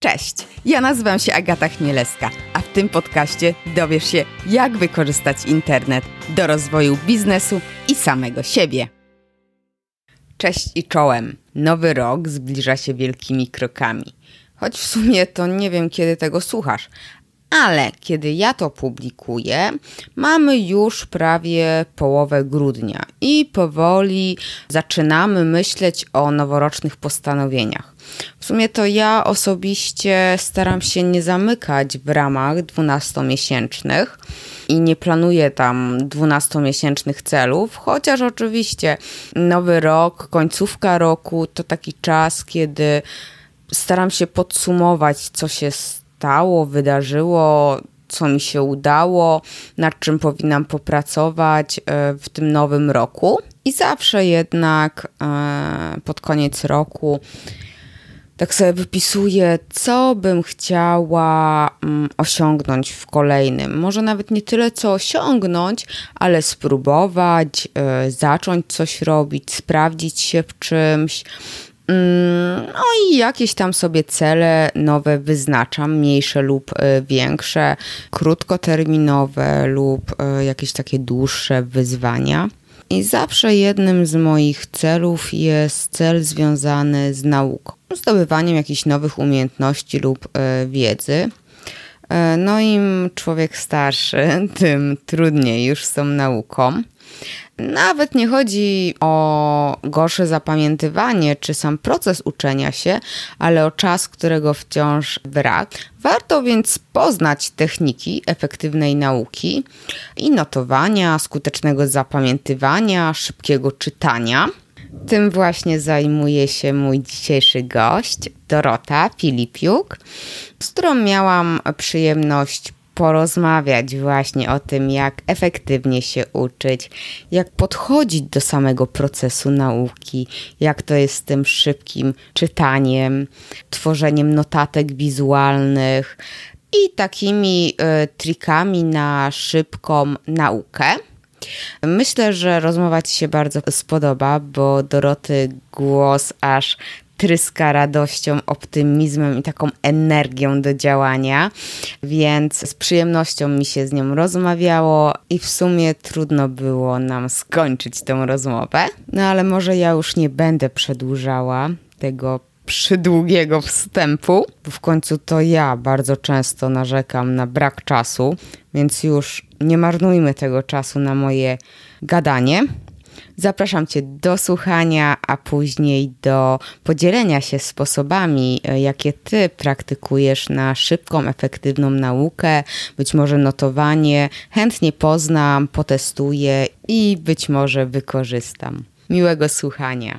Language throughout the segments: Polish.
Cześć, ja nazywam się Agata Chmielewska, a w tym podcaście dowiesz się, jak wykorzystać internet do rozwoju biznesu i samego siebie. Cześć i czołem. Nowy rok zbliża się wielkimi krokami. Choć w sumie to nie wiem, kiedy tego słuchasz, ale kiedy ja to publikuję, mamy już prawie połowę grudnia i powoli zaczynamy myśleć o noworocznych postanowieniach. W sumie to ja osobiście staram się nie zamykać w ramach 12-miesięcznych i nie planuję tam 12-miesięcznych celów, chociaż oczywiście nowy rok, końcówka roku to taki czas, kiedy staram się podsumować, co się stało, wydarzyło, co mi się udało, nad czym powinnam popracować w tym nowym roku. I zawsze jednak pod koniec roku tak sobie wypisuję, co bym chciała osiągnąć w kolejnym. Może nawet nie tyle, co osiągnąć, ale spróbować, zacząć coś robić, sprawdzić się w czymś. No i jakieś tam sobie cele nowe wyznaczam, mniejsze lub większe, krótkoterminowe lub jakieś takie dłuższe wyzwania. I zawsze jednym z moich celów jest cel związany z nauką, zdobywaniem jakichś nowych umiejętności lub wiedzy. No im człowiek starszy, tym trudniej już z tą nauką. Nawet nie chodzi o gorsze zapamiętywanie czy sam proces uczenia się, ale o czas, którego wciąż brak. Warto więc poznać techniki efektywnej nauki i notowania, skutecznego zapamiętywania, szybkiego czytania. Tym właśnie zajmuje się mój dzisiejszy gość, Dorota Filipiuk, z którą miałam przyjemność porozmawiać właśnie o tym, jak efektywnie się uczyć, jak podchodzić do samego procesu nauki, jak to jest z tym szybkim czytaniem, tworzeniem notatek wizualnych i takimi trikami na szybką naukę. Myślę, że rozmowa Ci się bardzo spodoba, bo Doroty głos aż tryska radością, optymizmem i taką energią do działania, więc z przyjemnością mi się z nią rozmawiało i w sumie trudno było nam skończyć tę rozmowę. No ale może ja już nie będę przedłużała tego przydługiego wstępu, bo w końcu to ja bardzo często narzekam na brak czasu, więc już nie marnujmy tego czasu na moje gadanie. Zapraszam Cię do słuchania, a później do podzielenia się sposobami, jakie Ty praktykujesz na szybką, efektywną naukę, być może notowanie. Chętnie poznam, potestuję i być może wykorzystam. Miłego słuchania.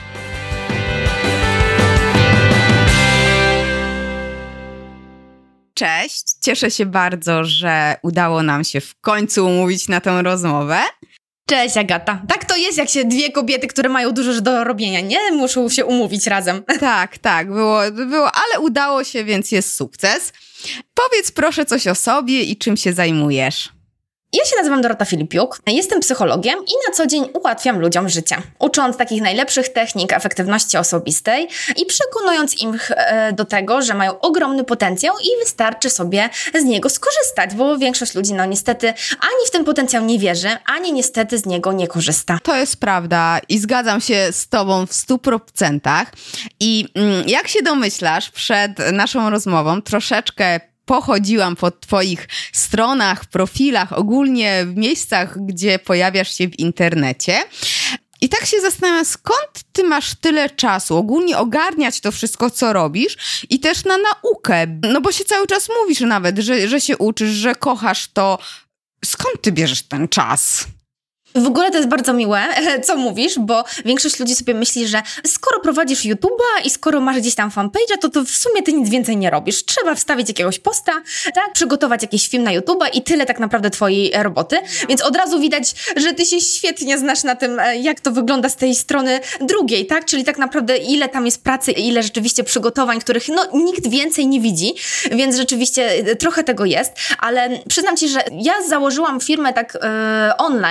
Cześć, cieszę się bardzo, że udało nam się w końcu umówić na tę rozmowę. Cześć Agata. Tak to jest, jak się dwie kobiety, które mają dużo do robienia, nie? Muszą się umówić razem. Tak, było, ale udało się, więc jest sukces. Powiedz proszę coś o sobie i czym się zajmujesz. Ja się nazywam Dorota Filipiuk, jestem psychologiem i na co dzień ułatwiam ludziom życie, ucząc takich najlepszych technik efektywności osobistej i przekonując ich do tego, że mają ogromny potencjał i wystarczy sobie z niego skorzystać, bo większość ludzi niestety ani w ten potencjał nie wierzy, ani niestety z niego nie korzysta. To jest prawda i zgadzam się z Tobą w 100%. I jak się domyślasz, przed naszą rozmową troszeczkę pochodziłam po Twoich stronach, profilach, ogólnie w miejscach, gdzie pojawiasz się w internecie. I tak się zastanawiam, skąd Ty masz tyle czasu ogólnie ogarniać to wszystko, co robisz i też na naukę. No bo się cały czas mówisz nawet, że się uczysz, że kochasz to. Skąd Ty bierzesz ten czas? W ogóle to jest bardzo miłe, co mówisz, bo większość ludzi sobie myśli, że skoro prowadzisz YouTube'a i skoro masz gdzieś tam fanpage'a, to w sumie ty nic więcej nie robisz. Trzeba wstawić jakiegoś posta, tak, przygotować jakiś film na YouTube'a i tyle tak naprawdę twojej roboty. Więc od razu widać, że ty się świetnie znasz na tym, jak to wygląda z tej strony drugiej, tak? Czyli tak naprawdę ile tam jest pracy, ile rzeczywiście przygotowań, których nikt więcej nie widzi, więc rzeczywiście trochę tego jest, ale przyznam ci, że ja założyłam firmę tak online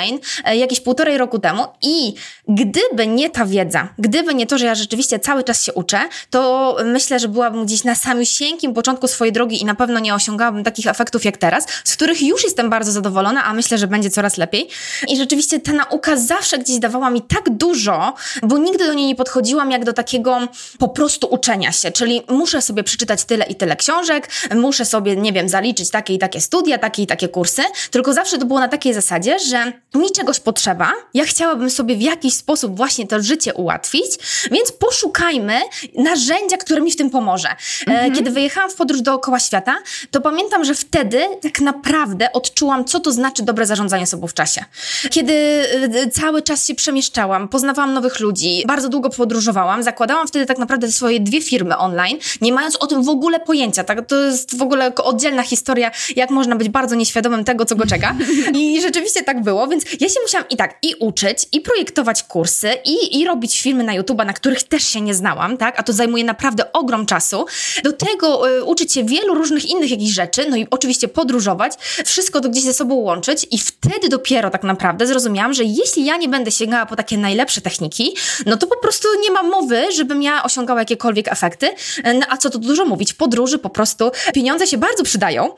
jakieś 1,5 roku temu i gdyby nie ta wiedza, gdyby nie to, że ja rzeczywiście cały czas się uczę, to myślę, że byłabym gdzieś na samiusieńkim początku swojej drogi i na pewno nie osiągałabym takich efektów jak teraz, z których już jestem bardzo zadowolona, a myślę, że będzie coraz lepiej. I rzeczywiście ta nauka zawsze gdzieś dawała mi tak dużo, bo nigdy do niej nie podchodziłam jak do takiego po prostu uczenia się, czyli muszę sobie przeczytać tyle i tyle książek, muszę sobie, nie wiem, zaliczyć takie i takie studia, takie i takie kursy, tylko zawsze to było na takiej zasadzie, że mi czegoś potrzeba, ja chciałabym sobie w jakiś sposób właśnie to życie ułatwić, więc poszukajmy narzędzia, które mi w tym pomoże. Kiedy wyjechałam w podróż dookoła świata, to pamiętam, że wtedy tak naprawdę odczułam, co to znaczy dobre zarządzanie sobą w czasie. Kiedy cały czas się przemieszczałam, poznawałam nowych ludzi, bardzo długo podróżowałam, zakładałam wtedy tak naprawdę swoje 2 firmy online, nie mając o tym w ogóle pojęcia. Tak? To jest w ogóle oddzielna historia, jak można być bardzo nieświadomym tego, co go czeka. I rzeczywiście tak było, więc ja się musiałam i uczyć, i projektować kursy, i robić filmy na YouTube'a, na których też się nie znałam, tak? A to zajmuje naprawdę ogrom czasu. Do tego uczyć się wielu różnych innych jakichś rzeczy, no i oczywiście podróżować, wszystko to gdzieś ze sobą łączyć i wtedy dopiero tak naprawdę zrozumiałam, że jeśli ja nie będę sięgała po takie najlepsze techniki, no to po prostu nie ma mowy, żebym ja osiągała jakiekolwiek efekty. No a co tu dużo mówić, podróży po prostu, pieniądze się bardzo przydają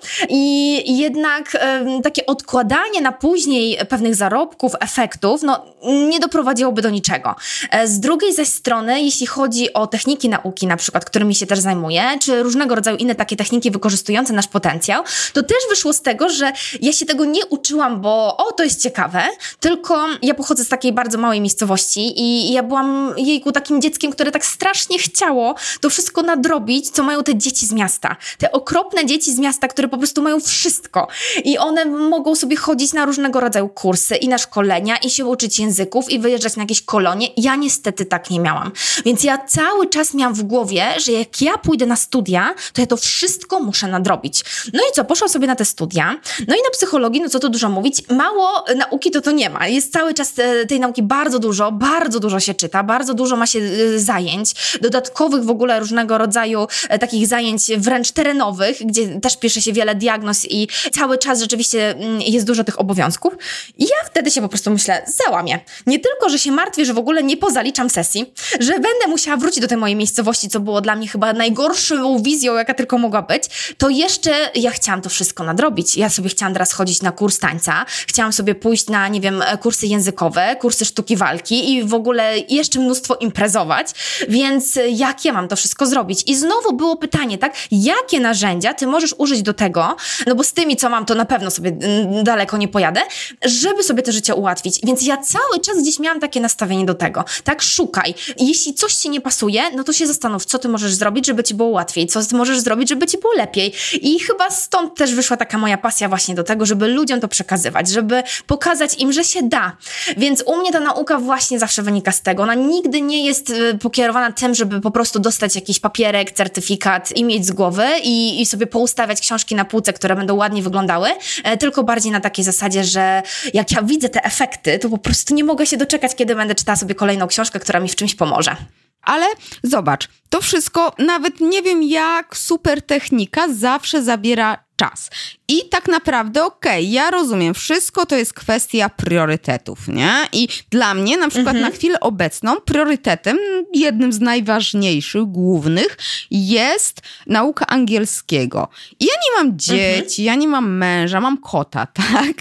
i jednak takie odkładanie na później pewnych zarobków, efektów, no nie doprowadziłoby do niczego. Z drugiej zaś strony, jeśli chodzi o techniki nauki na przykład, którymi się też zajmuję, czy różnego rodzaju inne takie techniki wykorzystujące nasz potencjał, to też wyszło z tego, że ja się tego nie uczyłam, bo to jest ciekawe, tylko ja pochodzę z takiej bardzo małej miejscowości i ja byłam takim dzieckiem, które tak strasznie chciało to wszystko nadrobić, co mają te dzieci z miasta. Te okropne dzieci z miasta, które po prostu mają wszystko i one mogą sobie chodzić na różnego rodzaju kursy i na szkolenia i się uczyć języków i wyjeżdżać na jakieś kolonie. Ja niestety tak nie miałam. Więc ja cały czas miałam w głowie, że jak ja pójdę na studia, to ja to wszystko muszę nadrobić. No i co? Poszłam sobie na te studia. No i na psychologii, no co tu dużo mówić, mało nauki to nie ma. Jest cały czas tej nauki bardzo dużo się czyta, bardzo dużo ma się zajęć, dodatkowych w ogóle różnego rodzaju takich zajęć wręcz terenowych, gdzie też pisze się wiele diagnoz i cały czas rzeczywiście jest dużo tych obowiązków. I ja wtedy się po prostu myślę, załamię. Nie tylko, że się martwię, że w ogóle nie pozaliczam sesji, że będę musiała wrócić do tej mojej miejscowości, co było dla mnie chyba najgorszą wizją, jaka tylko mogła być, to jeszcze ja chciałam to wszystko nadrobić. Ja sobie chciałam teraz chodzić na kurs tańca, chciałam sobie pójść na, nie wiem, kursy językowe, kursy sztuki walki i w ogóle jeszcze mnóstwo imprezować, więc jak ja mam to wszystko zrobić? I znowu było pytanie, tak? Jakie narzędzia ty możesz użyć do tego, no bo z tymi, co mam, to na pewno sobie daleko nie pojadę, żeby sobie to życie ułatwić. Więc ja cały czas gdzieś miałam takie nastawienie do tego. Tak, szukaj. Jeśli coś ci nie pasuje, no to się zastanów, co ty możesz zrobić, żeby ci było łatwiej, co ty możesz zrobić, żeby ci było lepiej. I chyba stąd też wyszła taka moja pasja właśnie do tego, żeby ludziom to przekazywać, żeby pokazać im, że się da. Więc u mnie ta nauka właśnie zawsze wynika z tego. Ona nigdy nie jest pokierowana tym, żeby po prostu dostać jakiś papierek, certyfikat i mieć z głowy i sobie poustawiać książki na półce, które będą ładnie wyglądały, tylko bardziej na takiej zasadzie, że jak ja widzę te efekty, to po prostu nie mogę się doczekać, kiedy będę czytała sobie kolejną książkę, która mi w czymś pomoże. Ale zobacz, to wszystko, nawet nie wiem jak super technika, zawsze zabiera czas. I tak naprawdę ja rozumiem, wszystko to jest kwestia priorytetów, nie? I dla mnie na przykład na chwilę obecną priorytetem, jednym z najważniejszych, głównych jest nauka angielskiego. I ja nie mam dzieci, ja nie mam męża, mam kota, tak?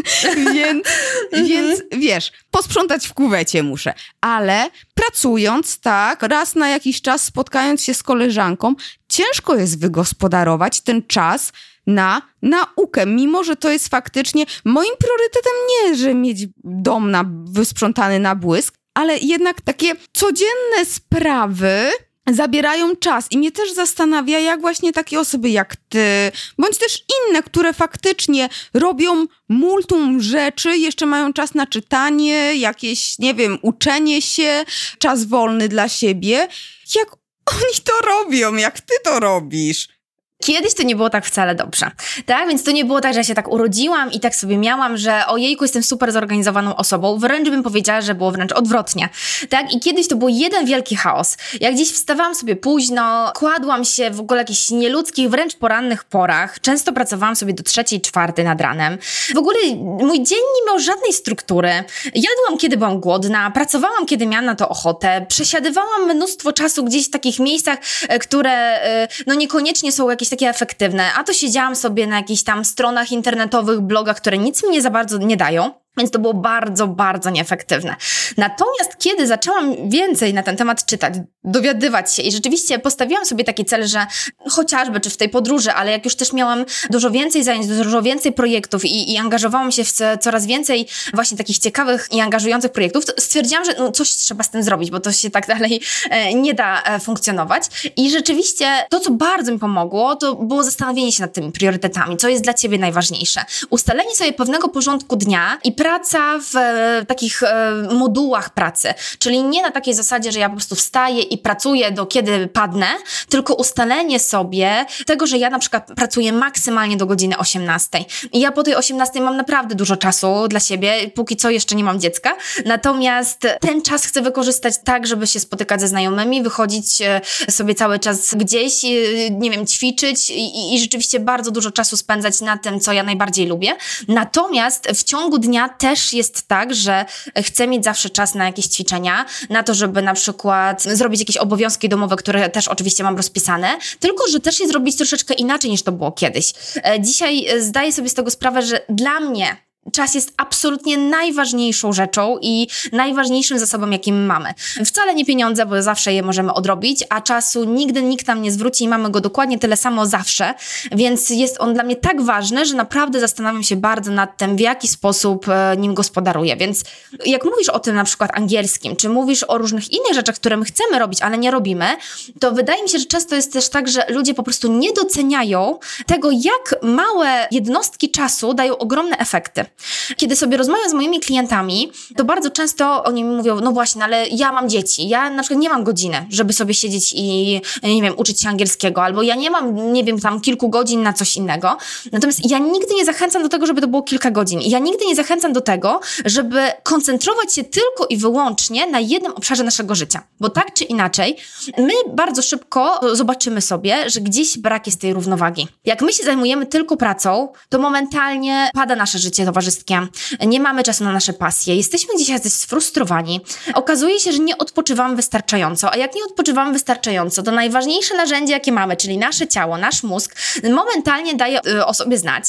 Więc wiesz, posprzątać w kuwecie muszę. Ale pracując, tak, raz na jakiś czas spotkając się z koleżanką, ciężko jest wygospodarować ten czas na naukę, mimo że to jest faktycznie moim priorytetem nie, że mieć dom wysprzątany na błysk, ale jednak takie codzienne sprawy zabierają czas i mnie też zastanawia, jak właśnie takie osoby jak ty, bądź też inne, które faktycznie robią multum rzeczy, jeszcze mają czas na czytanie, jakieś, nie wiem, uczenie się, czas wolny dla siebie. Jak oni to robią? Jak ty to robisz? Kiedyś to nie było tak wcale dobrze, tak? Więc to nie było tak, że ja się tak urodziłam i tak sobie miałam, że ojejku, jestem super zorganizowaną osobą. Wręcz bym powiedziała, że było wręcz odwrotnie, tak? I kiedyś to był jeden wielki chaos. Jak gdzieś wstawałam sobie późno, kładłam się w ogóle jakichś nieludzkich, wręcz porannych porach. Często pracowałam sobie do 3-4 nad ranem. W ogóle mój dzień nie miał żadnej struktury. Jadłam, kiedy byłam głodna, pracowałam, kiedy miałam na to ochotę. Przesiadywałam mnóstwo czasu gdzieś w takich miejscach, które no niekoniecznie są jakieś takie efektywne, a to siedziałam sobie na jakichś tam stronach internetowych, blogach, które nic mi za bardzo nie dają. Więc to było bardzo, bardzo nieefektywne. Natomiast kiedy zaczęłam więcej na ten temat czytać, dowiadywać się i rzeczywiście postawiłam sobie taki cel, że chociażby czy w tej podróży, ale jak już też miałam dużo więcej zajęć, dużo więcej projektów i angażowałam się w coraz więcej właśnie takich ciekawych i angażujących projektów, to stwierdziłam, że no coś trzeba z tym zrobić, bo to się tak dalej nie da funkcjonować. I rzeczywiście to, co bardzo mi pomogło, to było zastanowienie się nad tymi priorytetami, co jest dla ciebie najważniejsze. Ustalenie sobie pewnego porządku dnia i praca w takich modułach pracy, czyli nie na takiej zasadzie, że ja po prostu wstaję i pracuję do kiedy padnę, tylko ustalenie sobie tego, że ja na przykład pracuję maksymalnie do godziny 18. I ja po tej 18 mam naprawdę dużo czasu dla siebie, póki co jeszcze nie mam dziecka, natomiast ten czas chcę wykorzystać tak, żeby się spotykać ze znajomymi, wychodzić sobie cały czas gdzieś, nie wiem, ćwiczyć i rzeczywiście bardzo dużo czasu spędzać na tym, co ja najbardziej lubię. Natomiast w ciągu dnia też jest tak, że chcę mieć zawsze czas na jakieś ćwiczenia, na to, żeby na przykład zrobić jakieś obowiązki domowe, które też oczywiście mam rozpisane, tylko że też je zrobić troszeczkę inaczej niż to było kiedyś. Dzisiaj zdaję sobie z tego sprawę, że dla mnie czas jest absolutnie najważniejszą rzeczą i najważniejszym zasobem, jakim mamy. Wcale nie pieniądze, bo zawsze je możemy odrobić, a czasu nigdy nikt nam nie zwróci i mamy go dokładnie tyle samo zawsze, więc jest on dla mnie tak ważny, że naprawdę zastanawiam się bardzo nad tym, w jaki sposób nim gospodaruję. Więc jak mówisz o tym na przykład angielskim, czy mówisz o różnych innych rzeczach, które my chcemy robić, ale nie robimy, to wydaje mi się, że często jest też tak, że ludzie po prostu nie doceniają tego, jak małe jednostki czasu dają ogromne efekty. Kiedy sobie rozmawiam z moimi klientami, to bardzo często oni mi mówią, no właśnie, ale ja mam dzieci, ja na przykład nie mam godziny, żeby sobie siedzieć i, nie wiem, uczyć się angielskiego, albo ja nie mam, nie wiem, tam kilku godzin na coś innego. Natomiast ja nigdy nie zachęcam do tego, żeby to było kilka godzin. I ja nigdy nie zachęcam do tego, żeby koncentrować się tylko i wyłącznie na jednym obszarze naszego życia. Bo tak czy inaczej, my bardzo szybko zobaczymy sobie, że gdzieś brak jest tej równowagi. Jak my się zajmujemy tylko pracą, to momentalnie pada nasze życie towarzyskie. Nie mamy czasu na nasze pasje, jesteśmy gdzieś jacyś sfrustrowani. Okazuje się, że nie odpoczywamy wystarczająco, a jak nie odpoczywamy wystarczająco, to najważniejsze narzędzie, jakie mamy, czyli nasze ciało, nasz mózg, momentalnie daje o sobie znać.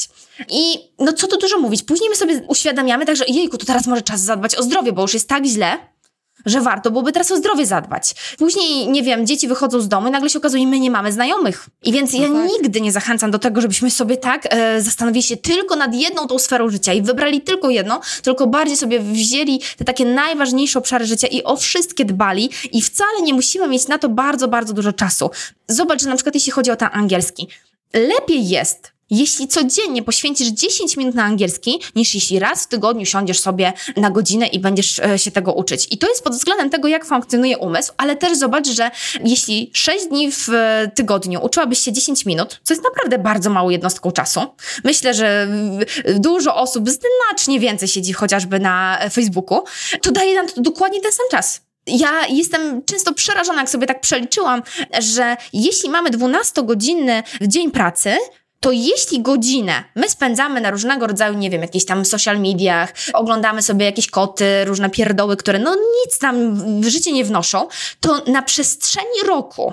I no co tu dużo mówić, później my sobie uświadamiamy tak, że jejku, to teraz może czas zadbać o zdrowie, bo już jest tak źle, że warto byłoby teraz o zdrowie zadbać. Później, nie wiem, dzieci wychodzą z domu i nagle się okazuje, my nie mamy znajomych. I więc ja nigdy nie zachęcam do tego, żebyśmy sobie tak zastanowili się tylko nad jedną tą sferą życia i wybrali tylko jedno, tylko bardziej sobie wzięli te takie najważniejsze obszary życia i o wszystkie dbali i wcale nie musimy mieć na to bardzo, bardzo dużo czasu. Zobacz, że na przykład jeśli chodzi o ten angielski, lepiej jest, jeśli codziennie poświęcisz 10 minut na angielski, niż jeśli raz w tygodniu siądziesz sobie na godzinę i będziesz się tego uczyć. I to jest pod względem tego, jak funkcjonuje umysł, ale też zobacz, że jeśli 6 dni w tygodniu uczyłabyś się 10 minut, co jest naprawdę bardzo małą jednostką czasu, myślę, że dużo osób znacznie więcej siedzi chociażby na Facebooku, to daje nam to dokładnie ten sam czas. Ja jestem często przerażona, jak sobie tak przeliczyłam, że jeśli mamy 12-godzinny dzień pracy, to jeśli godzinę my spędzamy na różnego rodzaju, nie wiem, jakichś tam social mediach, oglądamy sobie jakieś koty, różne pierdoły, które no nic nam w życie nie wnoszą, to na przestrzeni roku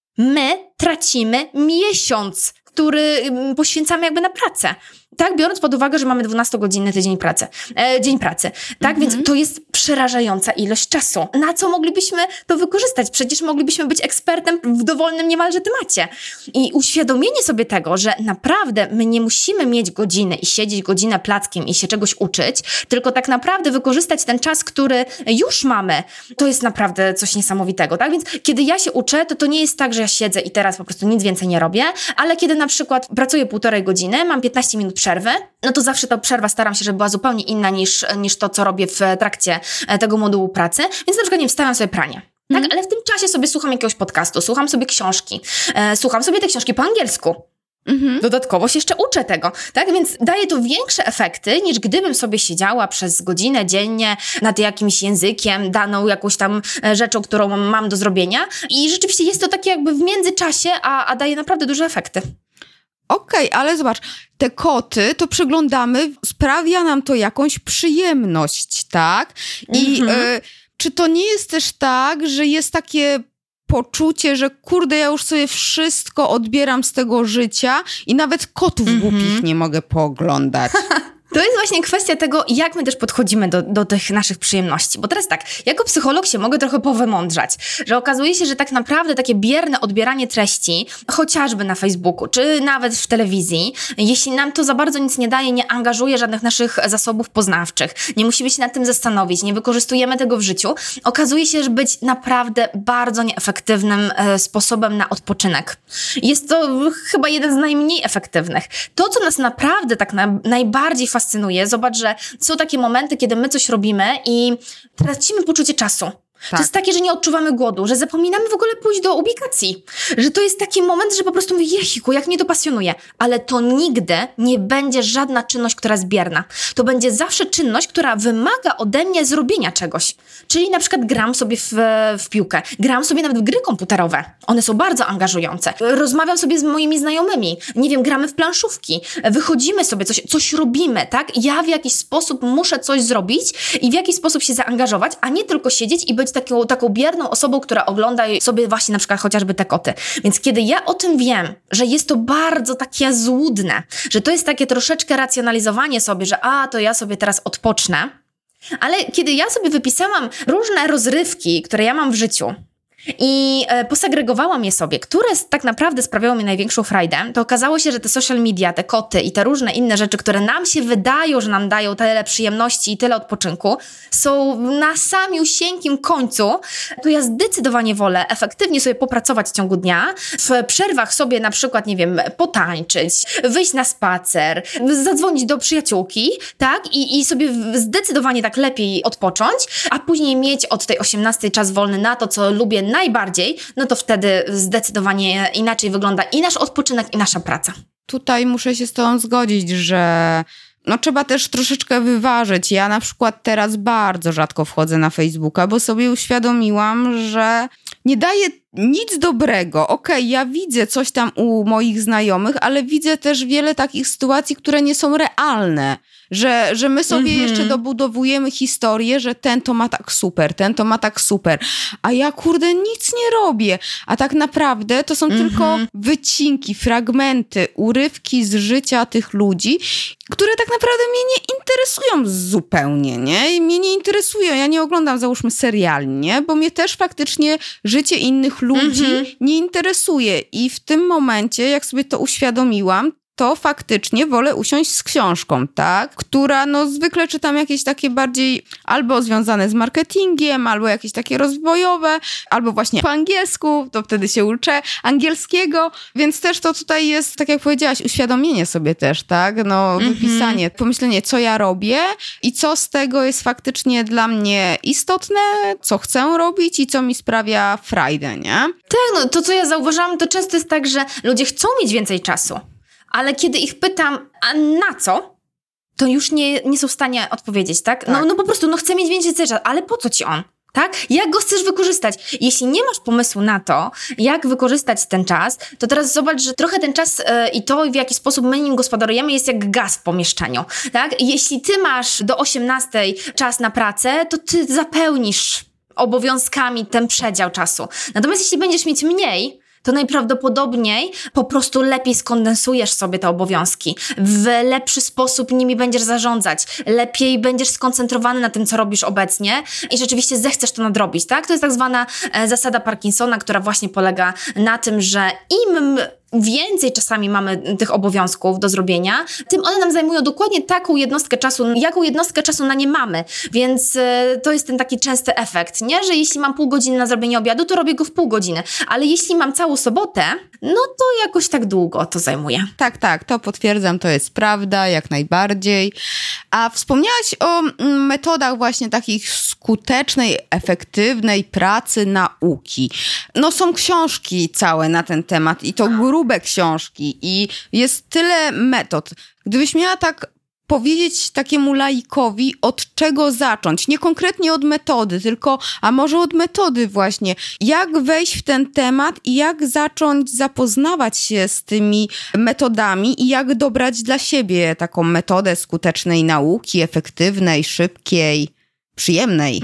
my tracimy miesiąc, który poświęcamy jakby na pracę. Tak, biorąc pod uwagę, że mamy 12-godzinny dzień pracy. Tak, więc to jest przerażająca ilość czasu. Na co moglibyśmy to wykorzystać? Przecież moglibyśmy być ekspertem w dowolnym niemalże temacie. I uświadomienie sobie tego, że naprawdę my nie musimy mieć godziny i siedzieć godzinę plackiem i się czegoś uczyć, tylko tak naprawdę wykorzystać ten czas, który już mamy, to jest naprawdę coś niesamowitego. Tak, więc kiedy ja się uczę, to nie jest tak, że ja siedzę i teraz po prostu nic więcej nie robię, ale kiedy na przykład pracuję 1,5 godziny, mam 15 minut przerwy, no to zawsze ta przerwa staram się, żeby była zupełnie inna niż to, co robię w trakcie tego modułu pracy. Więc na przykład nie wstawiam sobie pranie. Tak, ale w tym czasie sobie słucham jakiegoś podcastu, słucham sobie książki, słucham sobie te książki po angielsku. Dodatkowo się jeszcze uczę tego, tak? Więc daje to większe efekty, niż gdybym sobie siedziała przez godzinę dziennie nad jakimś językiem, daną jakąś tam rzeczą, którą mam do zrobienia i rzeczywiście jest to takie jakby w międzyczasie, a daje naprawdę duże efekty. Okej, ale zobacz, te koty, to przeglądamy, sprawia nam to jakąś przyjemność, tak? I czy to nie jest też tak, że jest takie poczucie, że kurde, ja już sobie wszystko odbieram z tego życia i nawet kotów głupich nie mogę pooglądać. To jest właśnie kwestia tego, jak my też podchodzimy do tych naszych przyjemności. Bo teraz tak, jako psycholog się mogę trochę powymądrzać, że okazuje się, że tak naprawdę takie bierne odbieranie treści, chociażby na Facebooku, czy nawet w telewizji, jeśli nam to za bardzo nic nie daje, nie angażuje żadnych naszych zasobów poznawczych, nie musimy się nad tym zastanowić, nie wykorzystujemy tego w życiu, okazuje się, że być naprawdę bardzo nieefektywnym sposobem na odpoczynek. Jest to chyba jeden z najmniej efektywnych. To, co nas naprawdę tak najbardziej fascynuje, zobacz, że są takie momenty, kiedy my coś robimy i tracimy poczucie czasu. To jest takie, że nie odczuwamy głodu, że zapominamy w ogóle pójść do ubikacji. Że to jest taki moment, że po prostu mówię, jechiku, jak mnie to pasjonuje. Ale to nigdy nie będzie żadna czynność, która jest bierna. To będzie zawsze czynność, która wymaga ode mnie zrobienia czegoś. Czyli na przykład gram sobie w piłkę. Gram sobie nawet w gry komputerowe. One są bardzo angażujące. Rozmawiam sobie z moimi znajomymi. Nie wiem, gramy w planszówki. Wychodzimy sobie, coś robimy, tak? Ja w jakiś sposób muszę coś zrobić i w jakiś sposób się zaangażować, a nie tylko siedzieć i być taką bierną osobą, która ogląda sobie właśnie na przykład chociażby te koty. Więc kiedy ja o tym wiem, że jest to bardzo takie złudne, że to jest takie troszeczkę racjonalizowanie sobie, że to ja sobie teraz odpocznę, ale kiedy ja sobie wypisałam różne rozrywki, które ja mam w życiu i posegregowałam je sobie, które tak naprawdę sprawiały mi największą frajdę, to okazało się, że te social media, te koty i te różne inne rzeczy, które nam się wydają, że nam dają tyle przyjemności i tyle odpoczynku, są na samiusieńkim końcu, to ja zdecydowanie wolę efektywnie sobie popracować w ciągu dnia, w przerwach sobie na przykład, nie wiem, potańczyć, wyjść na spacer, zadzwonić do przyjaciółki, tak? I sobie zdecydowanie tak lepiej odpocząć, a później mieć od tej 18 czas wolny na to, co lubię najbardziej, no to wtedy zdecydowanie inaczej wygląda i nasz odpoczynek, i nasza praca. Tutaj muszę się z tobą zgodzić, że trzeba też troszeczkę wyważyć. Ja na przykład teraz bardzo rzadko wchodzę na Facebooka, bo sobie uświadomiłam, że nie daje nic dobrego. Okej, ja widzę coś tam u moich znajomych, ale widzę też wiele takich sytuacji, które nie są realne. Że my sobie jeszcze dobudowujemy historię, że ten to ma tak super, ten to ma tak super, a ja kurde nic nie robię. A tak naprawdę to są tylko wycinki, fragmenty, urywki z życia tych ludzi, które tak naprawdę mnie nie interesują zupełnie, nie? Mnie nie interesują. Ja nie oglądam, załóżmy, seriali, nie? Bo mnie też faktycznie życie innych ludzi nie interesuje. I w tym momencie, jak sobie to uświadomiłam, to faktycznie wolę usiąść z książką, tak? Która, zwykle czytam jakieś takie bardziej albo związane z marketingiem, albo jakieś takie rozwojowe, albo właśnie po angielsku, to wtedy się uczę angielskiego, więc też to tutaj jest, tak jak powiedziałaś, uświadomienie sobie też, tak? Wypisanie, pomyślenie, co ja robię i co z tego jest faktycznie dla mnie istotne, co chcę robić i co mi sprawia frajdę, nie? Tak, to co ja zauważałam, to często jest tak, że ludzie chcą mieć więcej czasu. Ale kiedy ich pytam, a na co? To już nie są w stanie odpowiedzieć, tak? No po prostu, chcę mieć więcej czasu, ale po co ci on? Tak? Jak go chcesz wykorzystać? Jeśli nie masz pomysłu na to, jak wykorzystać ten czas, to teraz zobacz, że trochę ten czas i to, w jaki sposób my nim gospodarujemy, jest jak gaz w pomieszczeniu, tak? Jeśli ty masz do 18 czas na pracę, to ty zapełnisz obowiązkami ten przedział czasu. Natomiast jeśli będziesz mieć mniej, to najprawdopodobniej po prostu lepiej skondensujesz sobie te obowiązki. W lepszy sposób nimi będziesz zarządzać. Lepiej będziesz skoncentrowany na tym, co robisz obecnie i rzeczywiście zechcesz to nadrobić, tak? To jest tak zwana zasada Parkinsona, która właśnie polega na tym, że im więcej czasami mamy tych obowiązków do zrobienia, tym one nam zajmują dokładnie taką jednostkę czasu, jaką jednostkę czasu na nie mamy. Więc to jest ten taki częsty efekt, nie? Że jeśli mam pół godziny na zrobienie obiadu, to robię go w pół godziny. Ale jeśli mam całą sobotę, to jakoś tak długo to zajmuje. Tak, to potwierdzam, to jest prawda, jak najbardziej. A wspomniałaś o metodach właśnie takich skutecznej, efektywnej pracy nauki. Są książki całe na ten temat i to grubo próbę książki i jest tyle metod. Gdybyś miała tak powiedzieć takiemu laikowi, od czego zacząć. Nie konkretnie od metody, tylko, a może od metody właśnie. Jak wejść w ten temat i jak zacząć zapoznawać się z tymi metodami i jak dobrać dla siebie taką metodę skutecznej nauki, efektywnej, szybkiej, przyjemnej.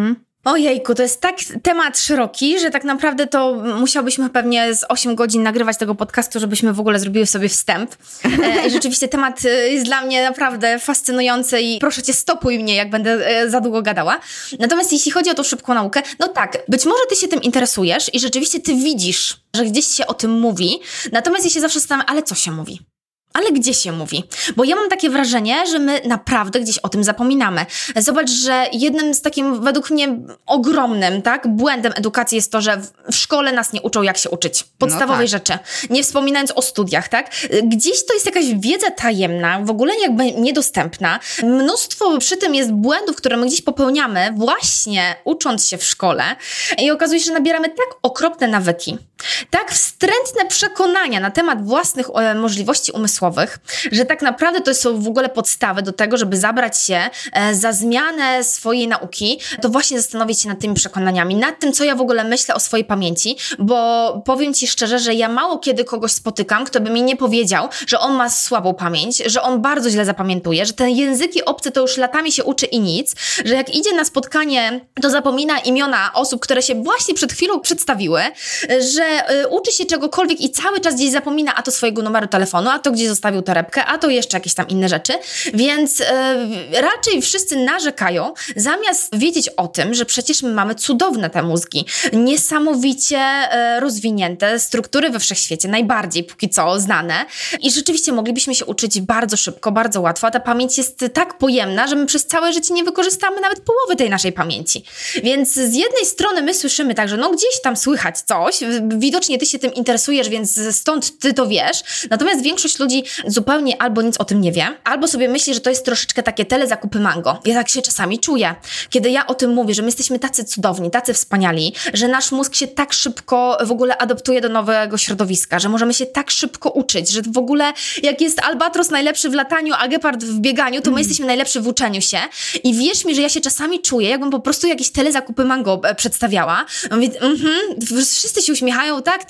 Ojejku, to jest tak temat szeroki, że tak naprawdę to musiałbyśmy pewnie z 8 godzin nagrywać tego podcastu, żebyśmy w ogóle zrobiły sobie wstęp. I rzeczywiście temat jest dla mnie naprawdę fascynujący i proszę cię, stopuj mnie, jak będę za długo gadała. Natomiast jeśli chodzi o tą szybką naukę, no tak, być może ty się tym interesujesz i rzeczywiście ty widzisz, że gdzieś się o tym mówi, natomiast ja się zawsze zastanawiam, ale co się mówi? Ale gdzie się mówi? Bo ja mam takie wrażenie, że my naprawdę gdzieś o tym zapominamy. Zobacz, że jednym z takim według mnie ogromnym, tak, błędem edukacji jest to, że w szkole nas nie uczą, jak się uczyć. Podstawowej rzeczy. Nie wspominając o studiach, tak? Gdzieś to jest jakaś wiedza tajemna, w ogóle jakby niedostępna. Mnóstwo przy tym jest błędów, które my gdzieś popełniamy właśnie ucząc się w szkole i okazuje się, że nabieramy tak okropne nawyki, tak wstrętne przekonania na temat własnych możliwości umysłowych, że tak naprawdę to są w ogóle podstawy do tego, żeby zabrać się za zmianę swojej nauki, to właśnie zastanowić się nad tymi przekonaniami, nad tym, co ja w ogóle myślę o swojej pamięci, bo powiem ci szczerze, że ja mało kiedy kogoś spotykam, kto by mi nie powiedział, że on ma słabą pamięć, że on bardzo źle zapamiętuje, że te języki obce to już latami się uczy i nic, że jak idzie na spotkanie, to zapomina imiona osób, które się właśnie przed chwilą przedstawiły, że uczy się czegokolwiek i cały czas gdzieś zapomina a to swojego numeru telefonu, a to gdzieś zostawił torebkę, a to jeszcze jakieś tam inne rzeczy, więc raczej wszyscy narzekają, zamiast wiedzieć o tym, że przecież my mamy cudowne te mózgi, niesamowicie rozwinięte struktury we wszechświecie, najbardziej póki co znane i rzeczywiście moglibyśmy się uczyć bardzo szybko, bardzo łatwo, a ta pamięć jest tak pojemna, że my przez całe życie nie wykorzystamy nawet połowy tej naszej pamięci. Więc z jednej strony my słyszymy tak, że no gdzieś tam słychać coś, widocznie ty się tym interesujesz, więc stąd ty to wiesz, natomiast większość ludzi zupełnie albo nic o tym nie wie, albo sobie myśli, że to jest troszeczkę takie telezakupy mango. Ja tak się czasami czuję, kiedy ja o tym mówię, że my jesteśmy tacy cudowni, tacy wspaniali, że nasz mózg się tak szybko w ogóle adaptuje do nowego środowiska, że możemy się tak szybko uczyć, że w ogóle jak jest albatros najlepszy w lataniu, a gepard w bieganiu, to my jesteśmy najlepszy w uczeniu się i wierz mi, że ja się czasami czuję, jakbym po prostu jakieś telezakupy mango przedstawiała. Mówię, wszyscy się uśmiechają, tak,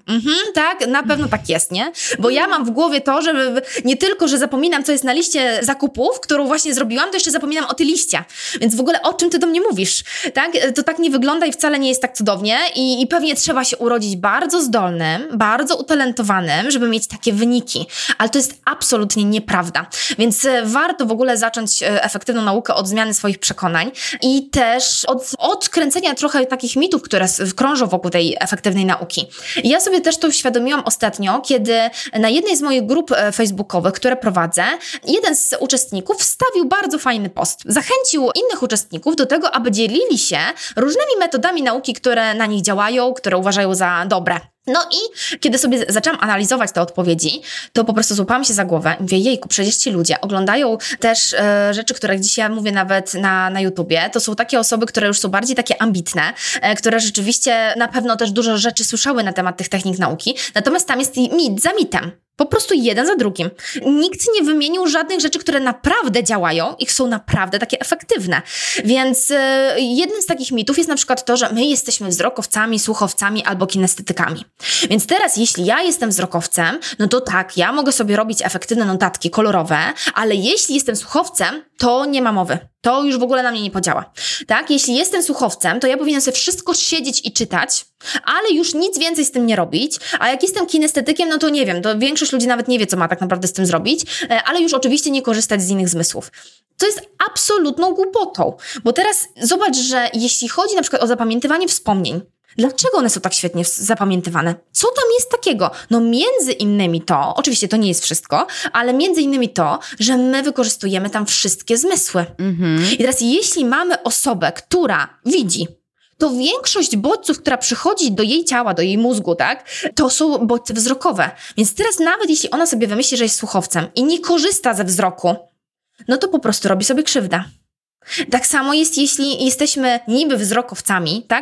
tak, na pewno tak jest, nie? Bo ja mam w głowie to, że nie tylko, że zapominam, co jest na liście zakupów, którą właśnie zrobiłam, to jeszcze zapominam o tej liście. Więc w ogóle o czym ty do mnie mówisz, tak? To tak nie wygląda i wcale nie jest tak cudownie i pewnie trzeba się urodzić bardzo zdolnym, bardzo utalentowanym, żeby mieć takie wyniki. Ale to jest absolutnie nieprawda. Więc warto w ogóle zacząć efektywną naukę od zmiany swoich przekonań i też od odkręcenia trochę takich mitów, które krążą wokół tej efektywnej nauki. I ja sobie też to uświadomiłam ostatnio, kiedy na jednej z moich grup facebookowych, które prowadzę, jeden z uczestników wstawił bardzo fajny post. Zachęcił innych uczestników do tego, aby dzielili się różnymi metodami nauki, które na nich działają, które uważają za dobre. No i kiedy sobie zaczęłam analizować te odpowiedzi, to po prostu złapałam się za głowę i mówię, jejku, przecież ci ludzie oglądają też rzeczy, które gdzieś ja mówię nawet na YouTubie. To są takie osoby, które już są bardziej takie ambitne, które rzeczywiście na pewno też dużo rzeczy słyszały na temat tych technik nauki. Natomiast tam jest mit za mitem. Po prostu jeden za drugim. Nikt nie wymienił żadnych rzeczy, które naprawdę działają i są naprawdę takie efektywne. Więc jednym z takich mitów jest na przykład to, że my jesteśmy wzrokowcami, słuchowcami albo kinestetykami. Więc teraz, jeśli ja jestem wzrokowcem, no to tak, ja mogę sobie robić efektywne notatki kolorowe, ale jeśli jestem słuchowcem, to nie ma mowy. To już w ogóle na mnie nie podziała. Tak? Jeśli jestem słuchowcem, to ja powinnam sobie wszystko siedzieć i czytać, ale już nic więcej z tym nie robić, a jak jestem kinestetykiem, no to nie wiem, to większość ludzi nawet nie wie, co ma tak naprawdę z tym zrobić, ale już oczywiście nie korzystać z innych zmysłów. To jest absolutną głupotą, bo teraz zobacz, że jeśli chodzi na przykład o zapamiętywanie wspomnień, dlaczego one są tak świetnie zapamiętywane? Co tam jest takiego? No między innymi to, oczywiście to nie jest wszystko, ale między innymi to, że my wykorzystujemy tam wszystkie zmysły. I teraz jeśli mamy osobę, która widzi, to większość bodźców, która przychodzi do jej ciała, do jej mózgu, tak, to są bodźce wzrokowe. Więc teraz nawet jeśli ona sobie wymyśli, że jest słuchowcem i nie korzysta ze wzroku, no to po prostu robi sobie krzywdę. Tak samo jest, jeśli jesteśmy niby wzrokowcami, tak,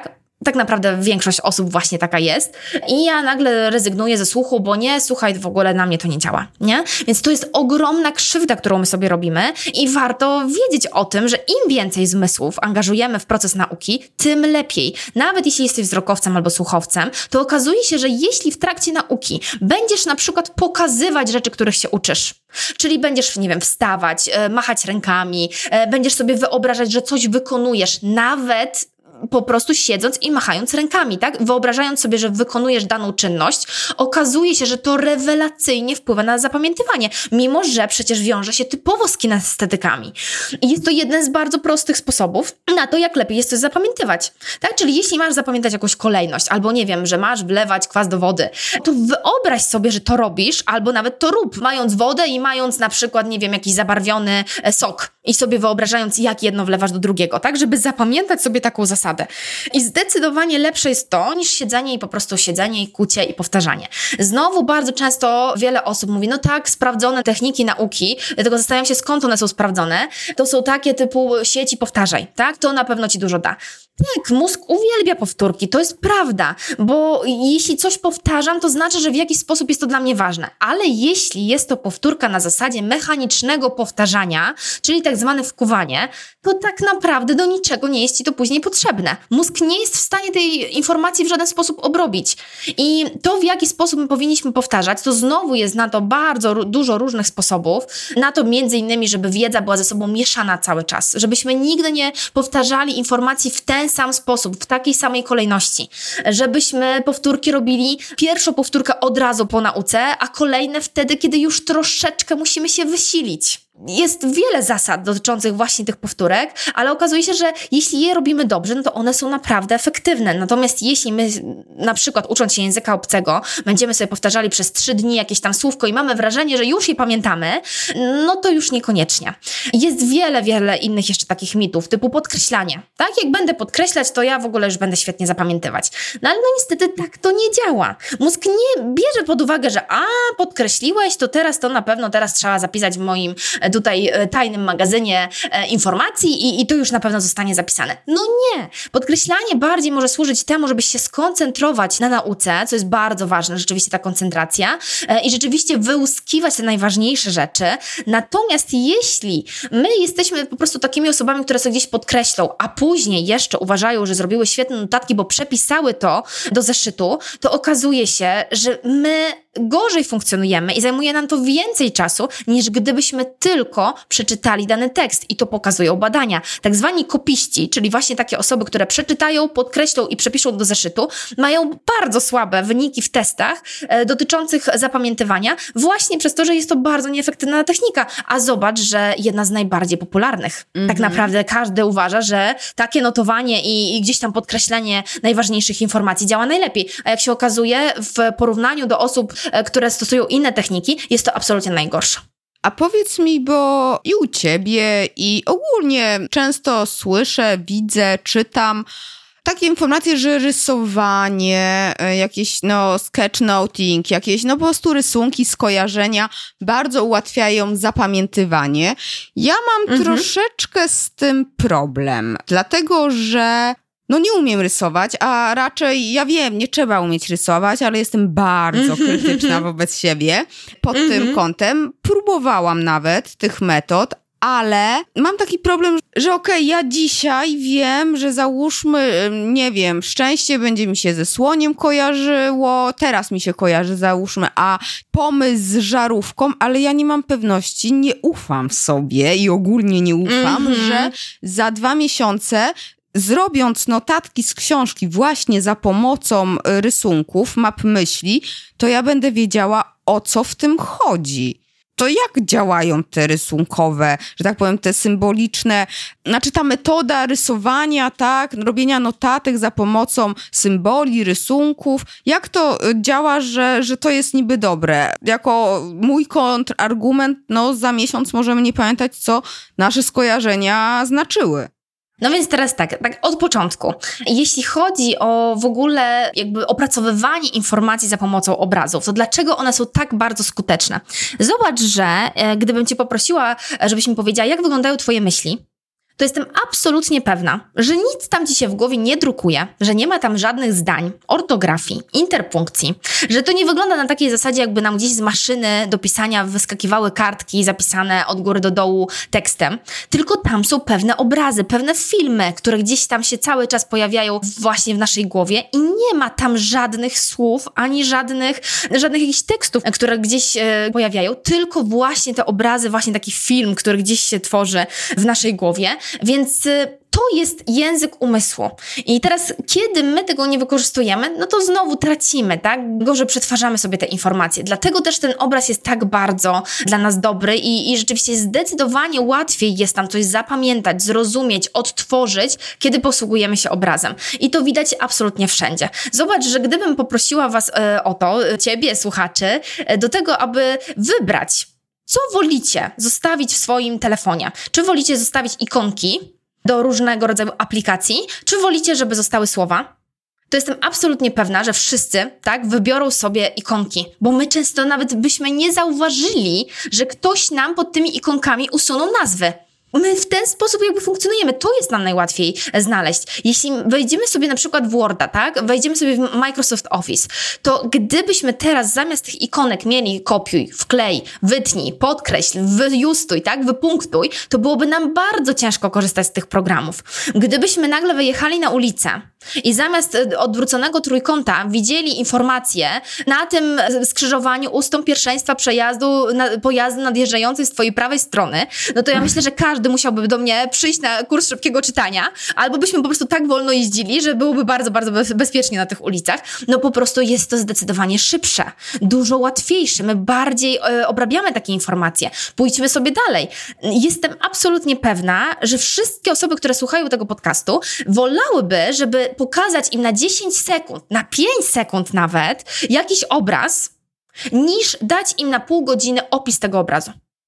Tak naprawdę większość osób właśnie taka jest. I ja nagle rezygnuję ze słuchu, bo nie, słuchaj, w ogóle na mnie to nie działa, nie? Więc to jest ogromna krzywda, którą my sobie robimy i warto wiedzieć o tym, że im więcej zmysłów angażujemy w proces nauki, tym lepiej. Nawet jeśli jesteś wzrokowcem albo słuchowcem, to okazuje się, że jeśli w trakcie nauki będziesz na przykład pokazywać rzeczy, których się uczysz, czyli będziesz, nie wiem, wstawać, machać rękami, będziesz sobie wyobrażać, że coś wykonujesz, nawet po prostu siedząc i machając rękami, tak? Wyobrażając sobie, że wykonujesz daną czynność, okazuje się, że to rewelacyjnie wpływa na zapamiętywanie, mimo że przecież wiąże się typowo z kinestetykami. I jest to jeden z bardzo prostych sposobów na to, jak lepiej jest coś zapamiętywać, tak? Czyli jeśli masz zapamiętać jakąś kolejność, albo nie wiem, że masz wlewać kwas do wody, to wyobraź sobie, że to robisz, albo nawet to rób, mając wodę i mając na przykład, nie wiem, jakiś zabarwiony sok i sobie wyobrażając, jak jedno wlewasz do drugiego, tak? Żeby zapamiętać sobie taką zasadę. I zdecydowanie lepsze jest to, niż siedzenie i po prostu siedzenie i kucie i powtarzanie. Znowu bardzo często wiele osób mówi, no tak, sprawdzone techniki nauki, dlatego zastanawiam się, skąd one są sprawdzone. To są takie typu sieć i powtarzaj, tak? To na pewno ci dużo da. Tak, mózg uwielbia powtórki, to jest prawda, bo jeśli coś powtarzam, to znaczy, że w jakiś sposób jest to dla mnie ważne. Ale jeśli jest to powtórka na zasadzie mechanicznego powtarzania, czyli tak zwane wkuwanie, to tak naprawdę do niczego nie jest ci to później potrzebne. Mózg nie jest w stanie tej informacji w żaden sposób obrobić. I to, w jaki sposób my powinniśmy powtarzać, to znowu jest na to bardzo dużo różnych sposobów. Na to między innymi, żeby wiedza była ze sobą mieszana cały czas. Żebyśmy nigdy nie powtarzali informacji w ten sam sposób, w takiej samej kolejności. Żebyśmy powtórki robili, pierwszą powtórkę od razu po nauce, a kolejne wtedy, kiedy już troszeczkę musimy się wysilić. Jest wiele zasad dotyczących właśnie tych powtórek, ale okazuje się, że jeśli je robimy dobrze, no to one są naprawdę efektywne. Natomiast jeśli my na przykład ucząc się języka obcego, będziemy sobie powtarzali przez 3 dni jakieś tam słówko i mamy wrażenie, że już je pamiętamy, no to już niekoniecznie. Jest wiele innych jeszcze takich mitów, typu podkreślanie. Tak? Jak będę podkreślać, to ja w ogóle już będę świetnie zapamiętywać. No ale no niestety tak to nie działa. Mózg nie bierze pod uwagę, że podkreśliłeś, to teraz to na pewno teraz trzeba zapisać w moim tutaj tajnym magazynie informacji i to już na pewno zostanie zapisane. No nie! Podkreślanie bardziej może służyć temu, żebyś się skoncentrować na nauce, co jest bardzo ważne, rzeczywiście ta koncentracja i rzeczywiście wyłuskiwać te najważniejsze rzeczy. Natomiast jeśli my jesteśmy po prostu takimi osobami, które sobie gdzieś podkreślą, a później jeszcze uważają, że zrobiły świetne notatki, bo przepisały to do zeszytu, to okazuje się, że my gorzej funkcjonujemy i zajmuje nam to więcej czasu, niż gdybyśmy tylko przeczytali dany tekst. I to pokazują badania. Tak zwani kopiści, czyli właśnie takie osoby, które przeczytają, podkreślą i przepiszą do zeszytu, mają bardzo słabe wyniki w testach dotyczących zapamiętywania, właśnie przez to, że jest to bardzo nieefektywna technika. A zobacz, że jedna z najbardziej popularnych. Tak naprawdę każdy uważa, że takie notowanie i gdzieś tam podkreślenie najważniejszych informacji działa najlepiej. A jak się okazuje, w porównaniu do osób, które stosują inne techniki, jest to absolutnie najgorsze. A powiedz mi, bo i u ciebie i ogólnie często słyszę, widzę, czytam takie informacje, że rysowanie, jakieś sketchnoting, jakieś po prostu rysunki, skojarzenia bardzo ułatwiają zapamiętywanie. Ja mam troszeczkę z tym problem, dlatego że nie umiem rysować, a raczej, ja wiem, nie trzeba umieć rysować, ale jestem bardzo krytyczna wobec siebie pod tym kątem. Próbowałam nawet tych metod, ale mam taki problem, że ja dzisiaj wiem, że załóżmy, nie wiem, szczęście będzie mi się ze słoniem kojarzyło, teraz mi się kojarzy, załóżmy, a pomysł z żarówką, ale ja nie mam pewności, nie ufam sobie i ogólnie nie ufam, że za 2 miesiące zrobiąc notatki z książki właśnie za pomocą rysunków, map myśli, to ja będę wiedziała, o co w tym chodzi. To jak działają te rysunkowe, że tak powiem, te symboliczne, ta metoda rysowania, tak, robienia notatek za pomocą symboli, rysunków, jak to działa, że to jest niby dobre? Jako mój kontrargument, za miesiąc możemy nie pamiętać, co nasze skojarzenia znaczyły. No więc teraz tak od początku. Jeśli chodzi o w ogóle jakby opracowywanie informacji za pomocą obrazów, to dlaczego one są tak bardzo skuteczne? Zobacz, że gdybym cię poprosiła, żebyś mi powiedziała, jak wyglądają twoje myśli, to jestem absolutnie pewna, że nic tam ci się w głowie nie drukuje, że nie ma tam żadnych zdań, ortografii, interpunkcji, że to nie wygląda na takiej zasadzie, jakby nam gdzieś z maszyny do pisania wyskakiwały kartki zapisane od góry do dołu tekstem, tylko tam są pewne obrazy, pewne filmy, które gdzieś tam się cały czas pojawiają właśnie w naszej głowie i nie ma tam żadnych słów, ani żadnych jakichś tekstów, które gdzieś się pojawiają, tylko właśnie te obrazy, właśnie taki film, który gdzieś się tworzy w naszej głowie, więc to jest język umysłu. I teraz, kiedy my tego nie wykorzystujemy, no to znowu tracimy, tak? Gorzej przetwarzamy sobie te informacje. Dlatego też ten obraz jest tak bardzo dla nas dobry i rzeczywiście zdecydowanie łatwiej jest tam coś zapamiętać, zrozumieć, odtworzyć, kiedy posługujemy się obrazem. I to widać absolutnie wszędzie. Zobacz, że gdybym poprosiła was o to, ciebie, słuchaczy, do tego, aby wybrać, co wolicie zostawić w swoim telefonie. Czy wolicie zostawić ikonki do różnego rodzaju aplikacji, czy wolicie, żeby zostały słowa? To jestem absolutnie pewna, że wszyscy, tak, wybiorą sobie ikonki, bo my często nawet byśmy nie zauważyli, że ktoś nam pod tymi ikonkami usunął nazwy. My w ten sposób jakby funkcjonujemy. To jest nam najłatwiej znaleźć. Jeśli wejdziemy sobie na przykład w Worda, tak? Wejdziemy sobie w Microsoft Office, to gdybyśmy teraz zamiast tych ikonek mieli kopiuj, wklej, wytnij, podkreśl, wyjustuj, tak? Wypunktuj, to byłoby nam bardzo ciężko korzystać z tych programów. Gdybyśmy nagle wyjechali na ulicę i zamiast odwróconego trójkąta widzieli informację na tym skrzyżowaniu ustąp pierwszeństwa przejazdu pojazdu nadjeżdżającej z twojej prawej strony, no to ja myślę, że każdy musiałby do mnie przyjść na kurs szybkiego czytania, albo byśmy po prostu tak wolno jeździli, że byłoby bardzo, bardzo bezpiecznie na tych ulicach. No po prostu jest to zdecydowanie szybsze, dużo łatwiejsze. My bardziej obrabiamy takie informacje. Pójdźmy sobie dalej. Jestem absolutnie pewna, że wszystkie osoby, które słuchają tego podcastu, wolałyby, żeby pokazać im na 10 sekund, na 5 sekund nawet, jakiś obraz, niż dać im na pół godziny opis tego obrazu.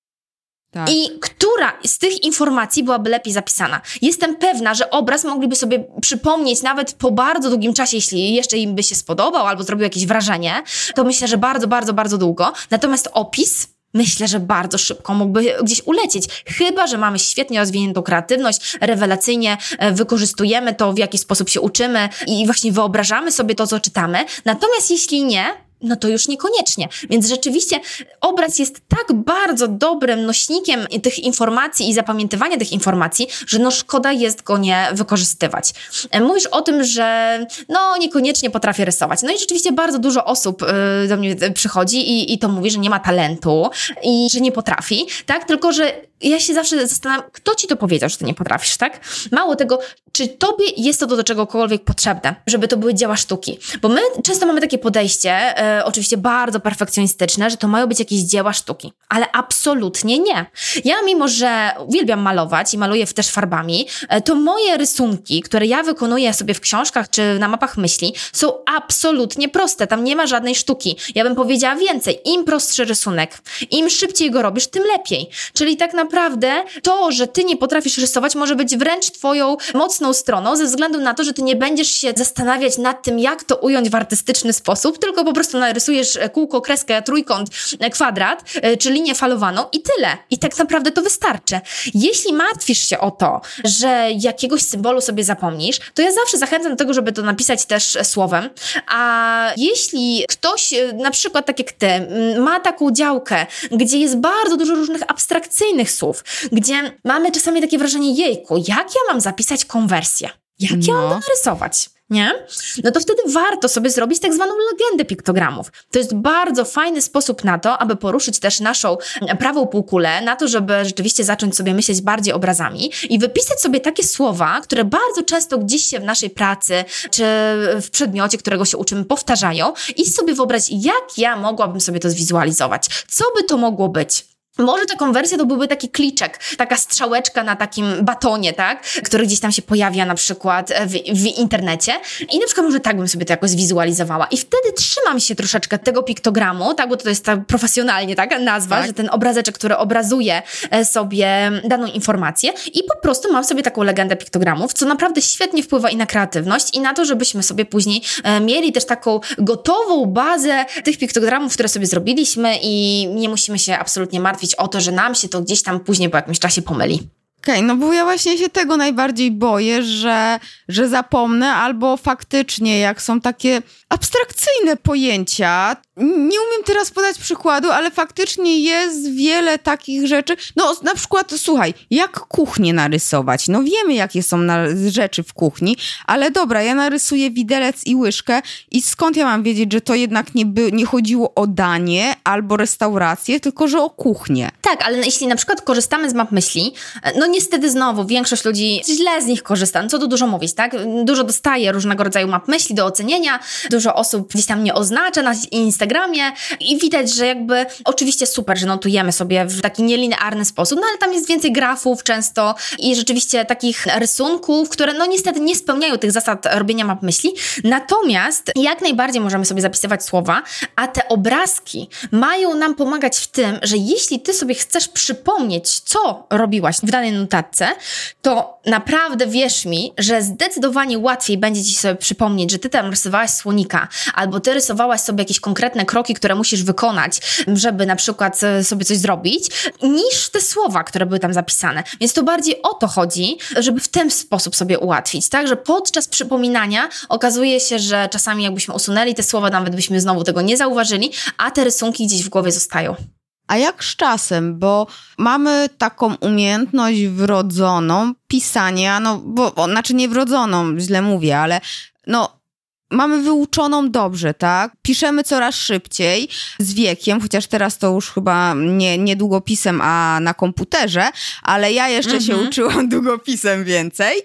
Tak. I która z tych informacji byłaby lepiej zapisana? Jestem pewna, że obraz mogliby sobie przypomnieć nawet po bardzo długim czasie, jeśli jeszcze im by się spodobał albo zrobił jakieś wrażenie, to myślę, że bardzo, bardzo, bardzo długo. Natomiast opis, myślę, że bardzo szybko mógłby gdzieś ulecieć. Chyba że mamy świetnie rozwiniętą kreatywność, rewelacyjnie wykorzystujemy to, w jaki sposób się uczymy i właśnie wyobrażamy sobie to, co czytamy. Natomiast jeśli nie, no to już niekoniecznie. Więc rzeczywiście obraz jest tak bardzo dobrym nośnikiem tych informacji i zapamiętywania tych informacji, że no szkoda jest go nie wykorzystywać. Mówisz o tym, że no niekoniecznie potrafię rysować. No i rzeczywiście bardzo dużo osób do mnie przychodzi i to mówi, że nie ma talentu i że nie potrafi, tak? Tylko że ja się zawsze zastanawiam, kto ci to powiedział, że ty nie potrafisz, tak? Mało tego, czy tobie jest to do czegokolwiek potrzebne, żeby to były dzieła sztuki? Bo my często mamy takie podejście, oczywiście bardzo perfekcjonistyczne, że to mają być jakieś dzieła sztuki, ale absolutnie nie. Ja mimo, że uwielbiam malować i maluję też farbami, to moje rysunki, które ja wykonuję sobie w książkach czy na mapach myśli, są absolutnie proste. Tam nie ma żadnej sztuki. Ja bym powiedziała więcej. Im prostszy rysunek, im szybciej go robisz, tym lepiej. Czyli tak naprawdę to, że ty nie potrafisz rysować, może być wręcz twoją mocną stroną, ze względu na to, że ty nie będziesz się zastanawiać nad tym, jak to ująć w artystyczny sposób, tylko po prostu narysujesz kółko, kreskę, trójkąt, kwadrat, czy linię falowaną i tyle. I tak naprawdę to wystarczy. Jeśli martwisz się o to, że jakiegoś symbolu sobie zapomnisz, to ja zawsze zachęcam do tego, żeby to napisać też słowem. A jeśli ktoś, na przykład tak jak ty, ma taką działkę, gdzie jest bardzo dużo różnych abstrakcyjnych słów, gdzie mamy czasami takie wrażenie, jejku, jak ja mam zapisać konwersję? Jak ja mam to narysować? Nie? No to wtedy warto sobie zrobić tak zwaną legendę piktogramów. To jest bardzo fajny sposób na to, aby poruszyć też naszą prawą półkulę, na to, żeby rzeczywiście zacząć sobie myśleć bardziej obrazami i wypisać sobie takie słowa, które bardzo często gdzieś się w naszej pracy czy w przedmiocie, którego się uczymy, powtarzają i sobie wyobrazić, jak ja mogłabym sobie to zwizualizować. Co by to mogło być? Może ta konwersja to byłby taki kliczek, taka strzałeczka na takim batonie, tak? Który gdzieś tam się pojawia na przykład w internecie i na przykład może tak bym sobie to jakoś zwizualizowała i wtedy trzymam się troszeczkę tego piktogramu, tak? Bo to jest ta profesjonalnie taka nazwa, tak? Że ten obrazeczek, który obrazuje sobie daną informację i po prostu mam sobie taką legendę piktogramów, co naprawdę świetnie wpływa i na kreatywność i na to, żebyśmy sobie później mieli też taką gotową bazę tych piktogramów, które sobie zrobiliśmy i nie musimy się absolutnie martwić o to, że nam się to gdzieś tam później po jakimś czasie pomyli. Okej, no bo ja właśnie się tego najbardziej boję, że zapomnę, albo faktycznie jak są takie abstrakcyjne pojęcia, nie umiem teraz podać przykładu, ale faktycznie jest wiele takich rzeczy, no na przykład, słuchaj, jak kuchnię narysować, no wiemy jakie są rzeczy w kuchni, ale dobra, ja narysuję widelec i łyżkę i skąd ja mam wiedzieć, że to jednak nie chodziło o danie albo restaurację, tylko że o kuchnię. Tak, ale jeśli na przykład korzystamy z map myśli, no niestety znowu większość ludzi źle z nich korzysta, no co tu dużo mówić, tak? Dużo dostaje różnego rodzaju map myśli do ocenienia, dużo osób gdzieś tam nie oznacza na Instagramie i widać, że jakby oczywiście super, że notujemy sobie w taki nielinearny sposób, no ale tam jest więcej grafów często i rzeczywiście takich rysunków, które no niestety nie spełniają tych zasad robienia map myśli, natomiast jak najbardziej możemy sobie zapisywać słowa, a te obrazki mają nam pomagać w tym, że jeśli ty sobie chcesz przypomnieć, co robiłaś w danej notatce, to naprawdę wierz mi, że zdecydowanie łatwiej będzie ci sobie przypomnieć, że ty tam rysowałaś słonika, albo ty rysowałaś sobie jakieś konkretne kroki, które musisz wykonać, żeby na przykład sobie coś zrobić, niż te słowa, które były tam zapisane. Więc to bardziej o to chodzi, żeby w ten sposób sobie ułatwić, tak? Że podczas przypominania okazuje się, że czasami jakbyśmy usunęli te słowa, nawet byśmy znowu tego nie zauważyli, a te rysunki gdzieś w głowie zostają. A jak z czasem, bo mamy taką umiejętność wrodzoną pisania, znaczy nie wrodzoną, źle mówię, ale mamy wyuczoną dobrze, tak? Piszemy coraz szybciej z wiekiem, chociaż teraz to już chyba nie długopisem, a na komputerze, ale ja jeszcze się uczyłam długopisem więcej.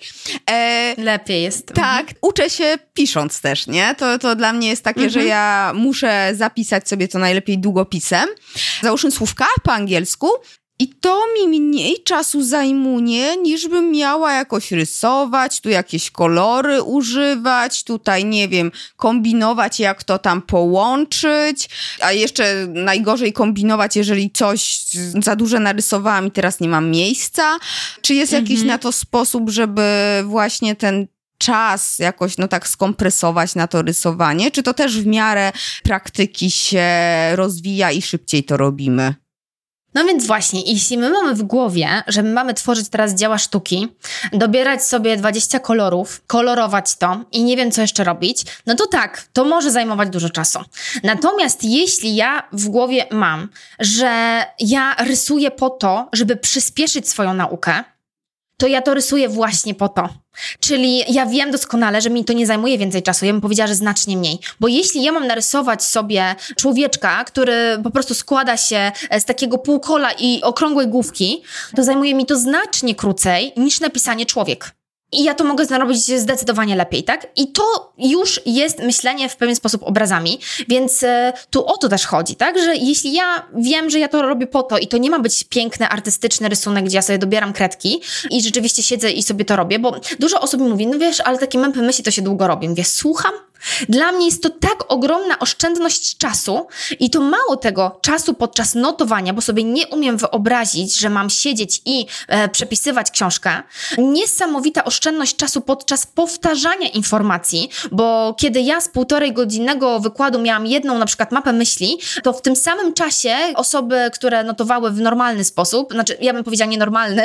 Lepiej jest. Tak, uczę się pisząc też, nie? To dla mnie jest takie, że ja muszę zapisać sobie to najlepiej długopisem. Załóżmy słówka po angielsku. I to mi mniej czasu zajmuje, niż bym miała jakoś rysować, tu jakieś kolory używać, tutaj, nie wiem, kombinować, jak to tam połączyć, a jeszcze najgorzej kombinować, jeżeli coś za duże narysowałam i teraz nie mam miejsca. Czy jest jakiś na to sposób, żeby właśnie ten czas jakoś tak skompresować na to rysowanie? Czy to też w miarę praktyki się rozwija i szybciej to robimy? No więc właśnie, jeśli my mamy w głowie, że my mamy tworzyć teraz dzieła sztuki, dobierać sobie 20 kolorów, kolorować to i nie wiem, co jeszcze robić, no to tak, to może zajmować dużo czasu. Natomiast jeśli ja w głowie mam, że ja rysuję po to, żeby przyspieszyć swoją naukę, to ja to rysuję właśnie po to. Czyli ja wiem doskonale, że mi to nie zajmuje więcej czasu. Ja bym powiedziała, że znacznie mniej. Bo jeśli ja mam narysować sobie człowieczka, który po prostu składa się z takiego półkola i okrągłej główki, to zajmuje mi to znacznie krócej niż napisanie człowiek. I ja to mogę zrobić zdecydowanie lepiej, tak? I to już jest myślenie w pewien sposób obrazami, więc tu o to też chodzi, tak? Że jeśli ja wiem, że ja to robię po to i to nie ma być piękny, artystyczny rysunek, gdzie ja sobie dobieram kredki i rzeczywiście siedzę i sobie to robię, bo dużo osób mi mówi, no wiesz, ale takie mapy myśli to się długo robi. Mówię, słucham? Dla mnie jest to tak ogromna oszczędność czasu i to mało tego czasu podczas notowania, bo sobie nie umiem wyobrazić, że mam siedzieć i przepisywać książkę. Niesamowita oszczędność czasu podczas powtarzania informacji, bo kiedy ja z 1,5-godzinnego wykładu miałam jedną na przykład mapę myśli, to w tym samym czasie osoby, które notowały w normalny sposób, znaczy ja bym powiedziała nienormalny,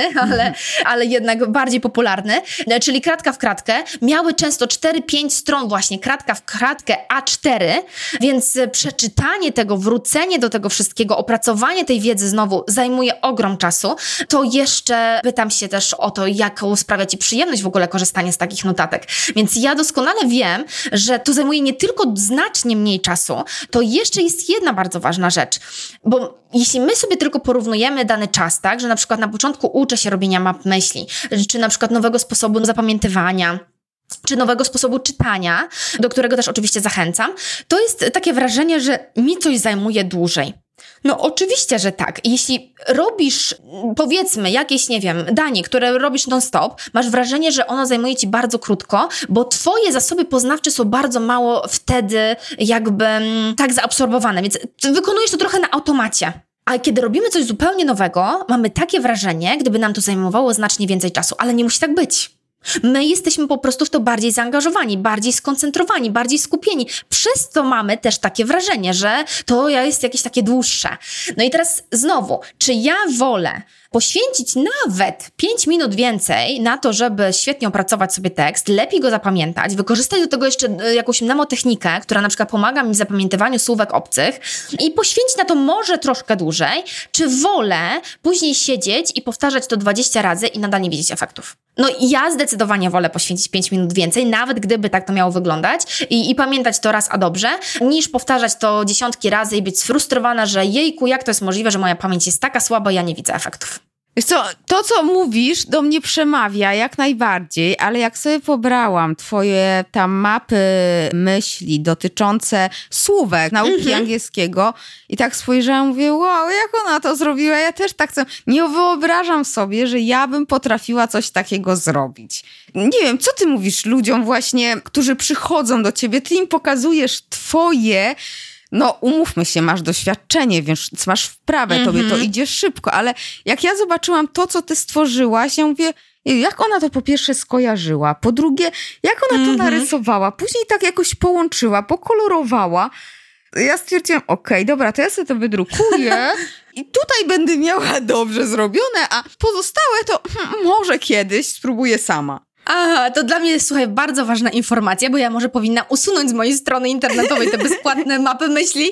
ale jednak bardziej popularny, czyli kratka w kratkę, miały często 4-5 stron właśnie, kratka w kratkę A4, więc przeczytanie tego, wrócenie do tego wszystkiego, opracowanie tej wiedzy znowu zajmuje ogrom czasu. To jeszcze pytam się też o to, jaką sprawia ci przyjemność w ogóle korzystanie z takich notatek. Więc ja doskonale wiem, że to zajmuje nie tylko znacznie mniej czasu, to jeszcze jest jedna bardzo ważna rzecz, bo jeśli my sobie tylko porównujemy dany czas, tak, że na przykład na początku uczę się robienia map myśli, czy na przykład nowego sposobu zapamiętywania, czy nowego sposobu czytania, do którego też oczywiście zachęcam, to jest takie wrażenie, że mi coś zajmuje dłużej. No oczywiście, że tak. Jeśli robisz, powiedzmy, jakieś, nie wiem, danie, które robisz non-stop, masz wrażenie, że ono zajmuje ci bardzo krótko, bo twoje zasoby poznawcze są bardzo mało wtedy jakby tak zaabsorbowane, więc wykonujesz to trochę na automacie. A kiedy robimy coś zupełnie nowego, mamy takie wrażenie, gdyby nam to zajmowało znacznie więcej czasu, ale nie musi tak być. My jesteśmy po prostu w to bardziej zaangażowani, bardziej skoncentrowani, bardziej skupieni. Przez to mamy też takie wrażenie, że to jest jakieś takie dłuższe. No i teraz znowu, czy ja wolę poświęcić nawet 5 minut więcej na to, żeby świetnie opracować sobie tekst, lepiej go zapamiętać, wykorzystać do tego jeszcze jakąś mnemotechnikę, która na przykład pomaga mi w zapamiętywaniu słówek obcych i poświęcić na to może troszkę dłużej, czy wolę później siedzieć i powtarzać to 20 razy i nadal nie widzieć efektów. No ja zdecydowanie wolę poświęcić 5 minut więcej, nawet gdyby tak to miało wyglądać i pamiętać to raz a dobrze, niż powtarzać to dziesiątki razy i być sfrustrowana, że jejku, jak to jest możliwe, że moja pamięć jest taka słaba, ja nie widzę efektów. Wiesz co, to co mówisz do mnie przemawia jak najbardziej, ale jak sobie pobrałam twoje tam mapy myśli dotyczące słówek, nauki angielskiego i tak spojrzałam, mówię, wow, jak ona to zrobiła, ja też tak chcę. Nie wyobrażam sobie, że ja bym potrafiła coś takiego zrobić. Nie wiem, co ty mówisz ludziom właśnie, którzy przychodzą do ciebie, ty im pokazujesz twoje... No, umówmy się, masz doświadczenie, więc masz wprawę, tobie to idzie szybko, ale jak ja zobaczyłam to, co ty stworzyłaś, ja mówię, jak ona to po pierwsze skojarzyła, po drugie, jak ona to narysowała, później tak jakoś połączyła, pokolorowała. Ja stwierdziłam, okej, dobra, to ja sobie to wydrukuję i tutaj będę miała dobrze zrobione, a pozostałe to może kiedyś spróbuję sama. Aha, to dla mnie jest, słuchaj, bardzo ważna informacja, bo ja może powinnam usunąć z mojej strony internetowej te bezpłatne mapy myśli,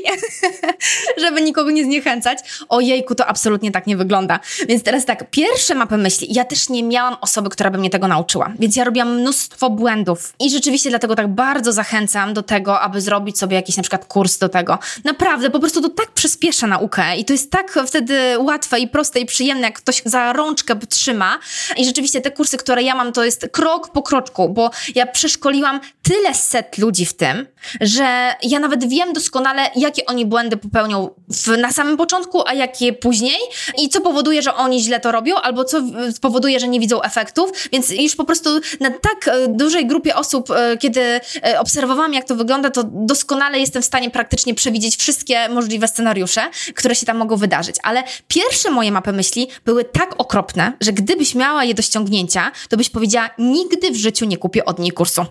żeby nikogo nie zniechęcać. Ojejku, to absolutnie tak nie wygląda. Więc teraz tak, pierwsze mapy myśli, ja też nie miałam osoby, która by mnie tego nauczyła, więc ja robiłam mnóstwo błędów i rzeczywiście dlatego tak bardzo zachęcam do tego, aby zrobić sobie jakiś na przykład kurs do tego. Naprawdę, po prostu to tak przyspiesza naukę i to jest tak wtedy łatwe i proste i przyjemne, jak ktoś za rączkę trzyma i rzeczywiście te kursy, które ja mam, to jest krok po kroczku, bo ja przeszkoliłam tyle set ludzi w tym, że ja nawet wiem doskonale, jakie oni błędy popełnią na samym początku, a jakie później i co powoduje, że oni źle to robią, albo co powoduje, że nie widzą efektów, więc już po prostu na tak dużej grupie osób, kiedy obserwowałam, jak to wygląda, to doskonale jestem w stanie praktycznie przewidzieć wszystkie możliwe scenariusze, które się tam mogą wydarzyć. Ale pierwsze moje mapy myśli były tak okropne, że gdybyś miała je do ściągnięcia, to byś powiedziała, nigdy w życiu nie kupię od niej kursu.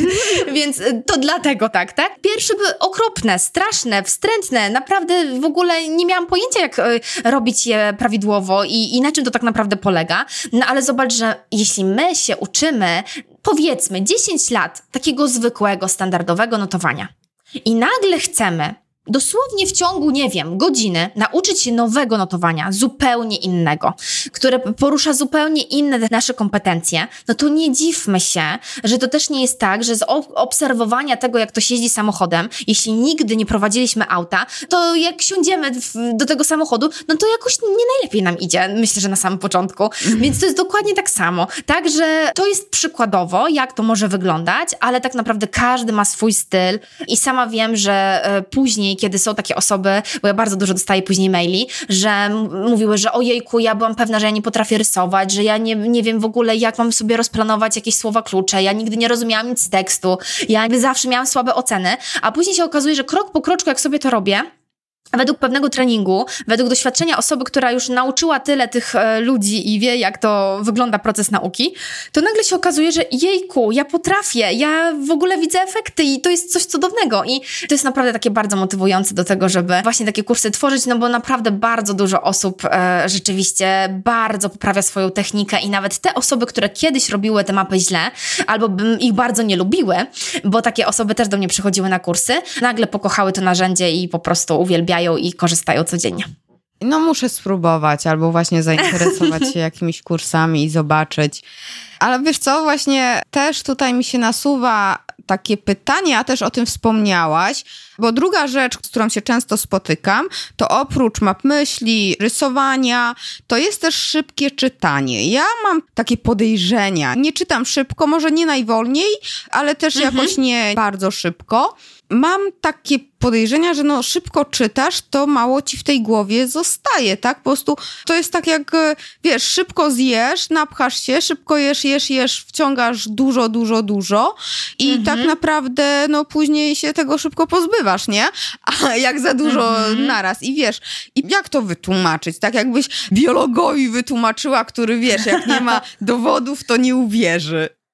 Więc to dlatego tak? Pierwsze były okropne, straszne, wstrętne, naprawdę w ogóle nie miałam pojęcia, jak robić je prawidłowo i na czym to tak naprawdę polega. No ale zobacz, że jeśli my się uczymy, powiedzmy 10 lat takiego zwykłego, standardowego notowania i nagle chcemy dosłownie w ciągu, nie wiem, godziny nauczyć się nowego notowania, zupełnie innego, które porusza zupełnie inne nasze kompetencje, no to nie dziwmy się, że to też nie jest tak, że z obserwowania tego, jak ktoś jeździ samochodem, jeśli nigdy nie prowadziliśmy auta, to jak siądziemy do tego samochodu, no to jakoś nie najlepiej nam idzie, myślę, że na samym początku. Więc to jest dokładnie tak samo. Także to jest przykładowo, jak to może wyglądać, ale tak naprawdę każdy ma swój styl i sama wiem, że później, kiedy są takie osoby, bo ja bardzo dużo dostaję później maili, że mówiły, że ojejku, ja byłam pewna, że ja nie potrafię rysować, że ja nie wiem w ogóle, jak mam sobie rozplanować jakieś słowa klucze, ja nigdy nie rozumiałam nic z tekstu, ja zawsze miałam słabe oceny, a później się okazuje, że krok po kroczku, jak sobie to robię, według pewnego treningu, według doświadczenia osoby, która już nauczyła tyle tych ludzi i wie, jak to wygląda proces nauki, to nagle się okazuje, że jejku, ja potrafię, ja w ogóle widzę efekty i to jest coś cudownego i to jest naprawdę takie bardzo motywujące do tego, żeby właśnie takie kursy tworzyć, no bo naprawdę bardzo dużo osób rzeczywiście bardzo poprawia swoją technikę i nawet te osoby, które kiedyś robiły te mapy źle, albo ich bardzo nie lubiły, bo takie osoby też do mnie przychodziły na kursy, nagle pokochały to narzędzie i po prostu uwielbiają i korzystają codziennie. No muszę spróbować albo właśnie zainteresować się jakimiś kursami i zobaczyć. Ale wiesz co, właśnie też tutaj mi się nasuwa takie pytanie, a też o tym wspomniałaś, bo druga rzecz, z którą się często spotykam, to oprócz map myśli, rysowania, to jest też szybkie czytanie. Ja mam takie podejrzenia. Nie czytam szybko, może nie najwolniej, ale też jakoś nie bardzo szybko. Mam takie podejrzenia, że no szybko czytasz, to mało ci w tej głowie zostaje, tak? Po prostu to jest tak jak, wiesz, szybko zjesz, napchasz się, szybko jesz, wciągasz dużo i tak naprawdę no później się tego szybko pozbywasz, nie? A jak za dużo naraz i wiesz, i jak to wytłumaczyć? Tak jakbyś biologowi wytłumaczyła, który wiesz, jak nie ma dowodów, to nie uwierzy.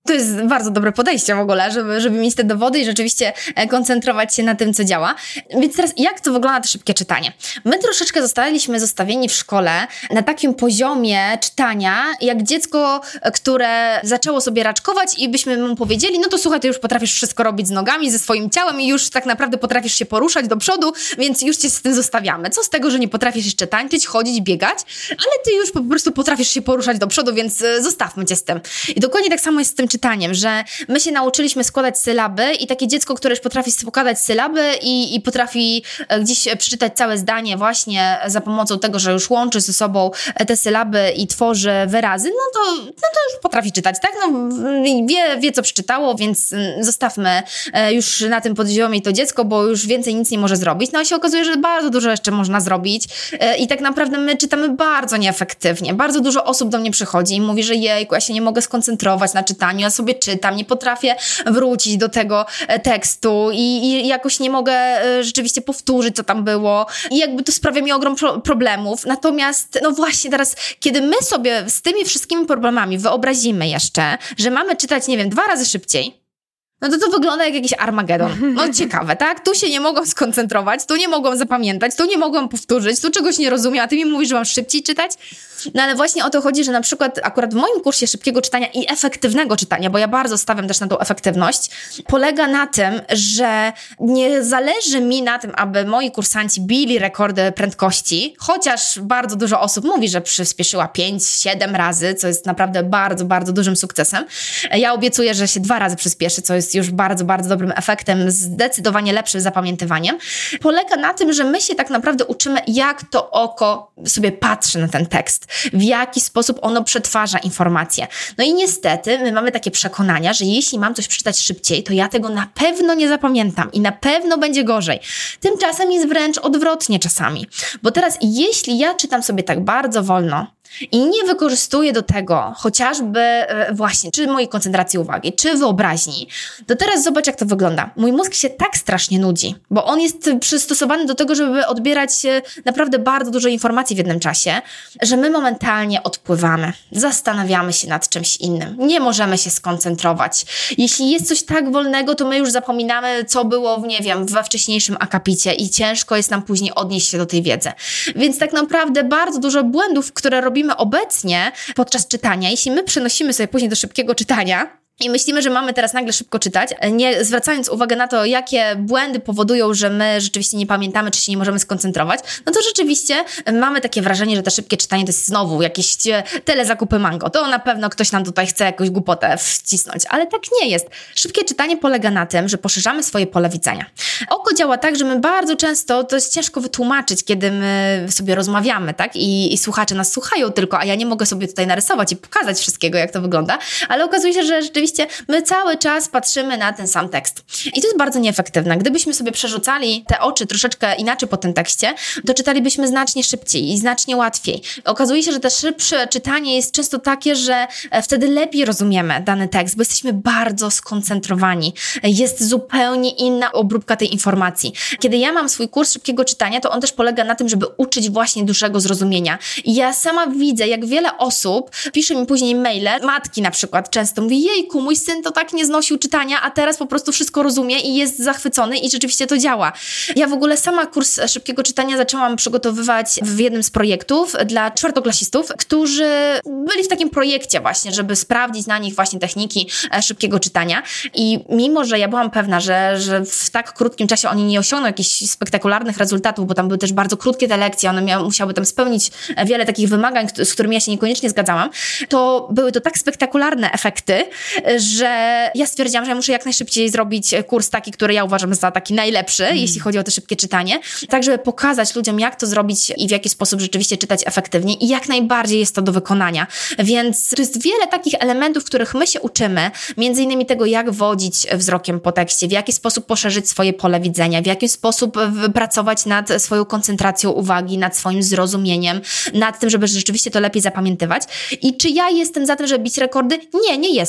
To jest bardzo dobre podejście w ogóle, żeby mieć te dowody i rzeczywiście koncentrować się na tym, co działa. Więc teraz jak to wygląda to szybkie czytanie? My troszeczkę zostaliśmy zostawieni w szkole na takim poziomie czytania, jak dziecko, które zaczęło sobie raczkować i byśmy mu powiedzieli, no to słuchaj, ty już potrafisz wszystko robić z nogami, ze swoim ciałem i już tak naprawdę potrafisz się poruszać do przodu, więc już cię z tym zostawiamy. Co z tego, że nie potrafisz jeszcze tańczyć, chodzić, biegać, ale ty już po prostu potrafisz się poruszać do przodu, więc zostawmy cię z tym. I dokładnie tak samo jest z tym czytaniem, że my się nauczyliśmy składać sylaby i takie dziecko, które już potrafi składać sylaby i potrafi gdzieś przeczytać całe zdanie właśnie za pomocą tego, że już łączy ze sobą te sylaby i tworzy wyrazy, no to już potrafi czytać, tak? No, wie, co przeczytało, więc zostawmy już na tym poziomie to dziecko, bo już więcej nic nie może zrobić. No i się okazuje, że bardzo dużo jeszcze można zrobić i tak naprawdę my czytamy bardzo nieefektywnie. Bardzo dużo osób do mnie przychodzi i mówi, że jejku, ja się nie mogę skoncentrować na czytaniu, ja sobie czytam, nie potrafię wrócić do tego tekstu i jakoś nie mogę rzeczywiście powtórzyć, co tam było i jakby to sprawia mi ogrom problemów. Natomiast no właśnie teraz, kiedy my sobie z tymi wszystkimi problemami wyobrazimy jeszcze, że mamy czytać, nie wiem, 2 razy szybciej, no to wygląda jak jakiś Armagedon. No ciekawe, tak? Tu się nie mogą skoncentrować, tu nie mogą zapamiętać, tu nie mogą powtórzyć, tu czegoś nie rozumiem, a ty mi mówisz, że mam szybciej czytać? No ale właśnie o to chodzi, że na przykład akurat w moim kursie szybkiego czytania i efektywnego czytania, bo ja bardzo stawiam też na tą efektywność, polega na tym, że nie zależy mi na tym, aby moi kursanci bili rekordy prędkości, chociaż bardzo dużo osób mówi, że przyspieszyła 5-7 razy, co jest naprawdę bardzo, bardzo dużym sukcesem. Ja obiecuję, że się 2 razy przyspieszy, co jest już bardzo, bardzo dobrym efektem, zdecydowanie lepszym zapamiętywaniem. Polega na tym, że my się tak naprawdę uczymy, jak to oko sobie patrzy na ten tekst, w jaki sposób ono przetwarza informacje. No i niestety my mamy takie przekonania, że jeśli mam coś przeczytać szybciej, to ja tego na pewno nie zapamiętam i na pewno będzie gorzej. Tymczasem jest wręcz odwrotnie czasami. Bo teraz jeśli ja czytam sobie tak bardzo wolno i nie wykorzystuję do tego chociażby właśnie czy mojej koncentracji uwagi, czy wyobraźni, to teraz zobacz, jak to wygląda. Mój mózg się tak strasznie nudzi, bo on jest przystosowany do tego, żeby odbierać naprawdę bardzo dużo informacji w jednym czasie, że my momentalnie odpływamy, zastanawiamy się nad czymś innym, nie możemy się skoncentrować. Jeśli jest coś tak wolnego, to my już zapominamy, co było, nie wiem, we wcześniejszym akapicie i ciężko jest nam później odnieść się do tej wiedzy. Więc tak naprawdę bardzo dużo błędów, które robimy obecnie podczas czytania, jeśli my przenosimy sobie później do szybkiego czytania i myślimy, że mamy teraz nagle szybko czytać, nie zwracając uwagi na to, jakie błędy powodują, że my rzeczywiście nie pamiętamy, czy się nie możemy skoncentrować, no to rzeczywiście mamy takie wrażenie, że to szybkie czytanie to jest znowu jakieś telezakupy Mango. To na pewno ktoś nam tutaj chce jakąś głupotę wcisnąć, ale tak nie jest. Szybkie czytanie polega na tym, że poszerzamy swoje pole widzenia. Oko działa tak, że my bardzo często, to jest ciężko wytłumaczyć, kiedy my sobie rozmawiamy, tak? I słuchacze nas słuchają tylko, a ja nie mogę sobie tutaj narysować i pokazać wszystkiego, jak to wygląda, ale okazuje się, że rzeczywiście my cały czas patrzymy na ten sam tekst. I to jest bardzo nieefektywne. Gdybyśmy sobie przerzucali te oczy troszeczkę inaczej po tym tekście, to czytalibyśmy znacznie szybciej i znacznie łatwiej. Okazuje się, że te szybsze czytanie jest często takie, że wtedy lepiej rozumiemy dany tekst, bo jesteśmy bardzo skoncentrowani. Jest zupełnie inna obróbka tej informacji. Kiedy ja mam swój kurs szybkiego czytania, to on też polega na tym, żeby uczyć właśnie dłuższego zrozumienia. I ja sama widzę, jak wiele osób pisze mi później maile, matki na przykład często mówi, jejku, mój syn to tak nie znosił czytania, a teraz po prostu wszystko rozumie i jest zachwycony i rzeczywiście to działa. Ja w ogóle sama kurs szybkiego czytania zaczęłam przygotowywać w jednym z projektów dla 4-klasistów, którzy byli w takim projekcie właśnie, żeby sprawdzić na nich właśnie techniki szybkiego czytania i mimo, że ja byłam pewna, że w tak krótkim czasie oni nie osiągną jakichś spektakularnych rezultatów, bo tam były też bardzo krótkie te lekcje, one musiały tam spełnić wiele takich wymagań, z którymi ja się niekoniecznie zgadzałam, to były to tak spektakularne efekty, że ja stwierdziłam, że ja muszę jak najszybciej zrobić kurs taki, który ja uważam za taki najlepszy, jeśli chodzi o to szybkie czytanie, tak żeby pokazać ludziom, jak to zrobić i w jaki sposób rzeczywiście czytać efektywnie i jak najbardziej jest to do wykonania. Więc to jest wiele takich elementów, których my się uczymy, między innymi tego, jak wodzić wzrokiem po tekście, w jaki sposób poszerzyć swoje pole widzenia, w jaki sposób pracować nad swoją koncentracją uwagi, nad swoim zrozumieniem, nad tym, żeby rzeczywiście to lepiej zapamiętywać. I czy ja jestem za tym, żeby bić rekordy? Nie, nie jestem.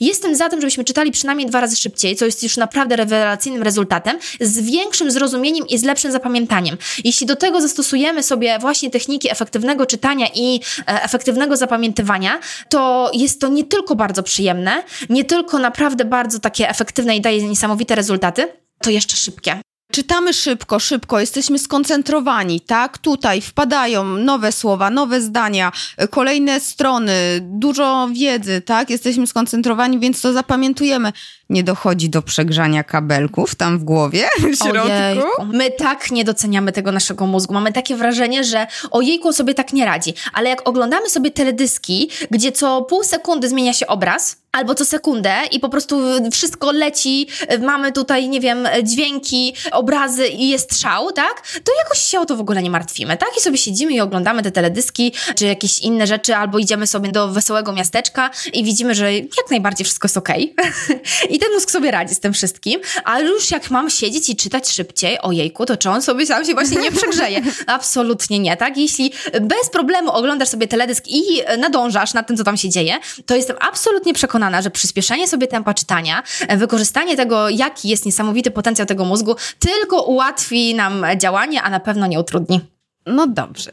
Jestem za tym, żebyśmy czytali przynajmniej 2 razy szybciej, co jest już naprawdę rewelacyjnym rezultatem, z większym zrozumieniem i z lepszym zapamiętaniem. Jeśli do tego zastosujemy sobie właśnie techniki efektywnego czytania i efektywnego zapamiętywania, to jest to nie tylko bardzo przyjemne, nie tylko naprawdę bardzo takie efektywne i daje niesamowite rezultaty, to jeszcze szybkie. Czytamy szybko, jesteśmy skoncentrowani, tak? Tutaj wpadają nowe słowa, nowe zdania, kolejne strony, dużo wiedzy, tak? Jesteśmy skoncentrowani, więc to zapamiętujemy. Nie dochodzi do przegrzania kabelków tam w głowie, w środku. Ojejku. My tak nie doceniamy tego naszego mózgu. Mamy takie wrażenie, że ojejku, sobie tak nie radzi. Ale jak oglądamy sobie teledyski, gdzie co pół sekundy zmienia się obraz, albo co sekundę i po prostu wszystko leci, mamy tutaj, nie wiem, dźwięki, obrazy i jest szał, tak? To jakoś się o to w ogóle nie martwimy, tak? I sobie siedzimy i oglądamy te teledyski, czy jakieś inne rzeczy, albo idziemy sobie do wesołego miasteczka i widzimy, że jak najbardziej wszystko jest okej. I ten mózg sobie radzi z tym wszystkim, ale już jak mam siedzieć i czytać szybciej, ojejku, to czy on sobie sam się właśnie nie przegrzeje? Absolutnie nie, tak? Jeśli bez problemu oglądasz sobie teledysk i nadążasz nad tym, co tam się dzieje, to jestem absolutnie przekonana, że przyspieszenie sobie tempa czytania, wykorzystanie tego, jaki jest niesamowity potencjał tego mózgu, tylko ułatwi nam działanie, a na pewno nie utrudni. No dobrze.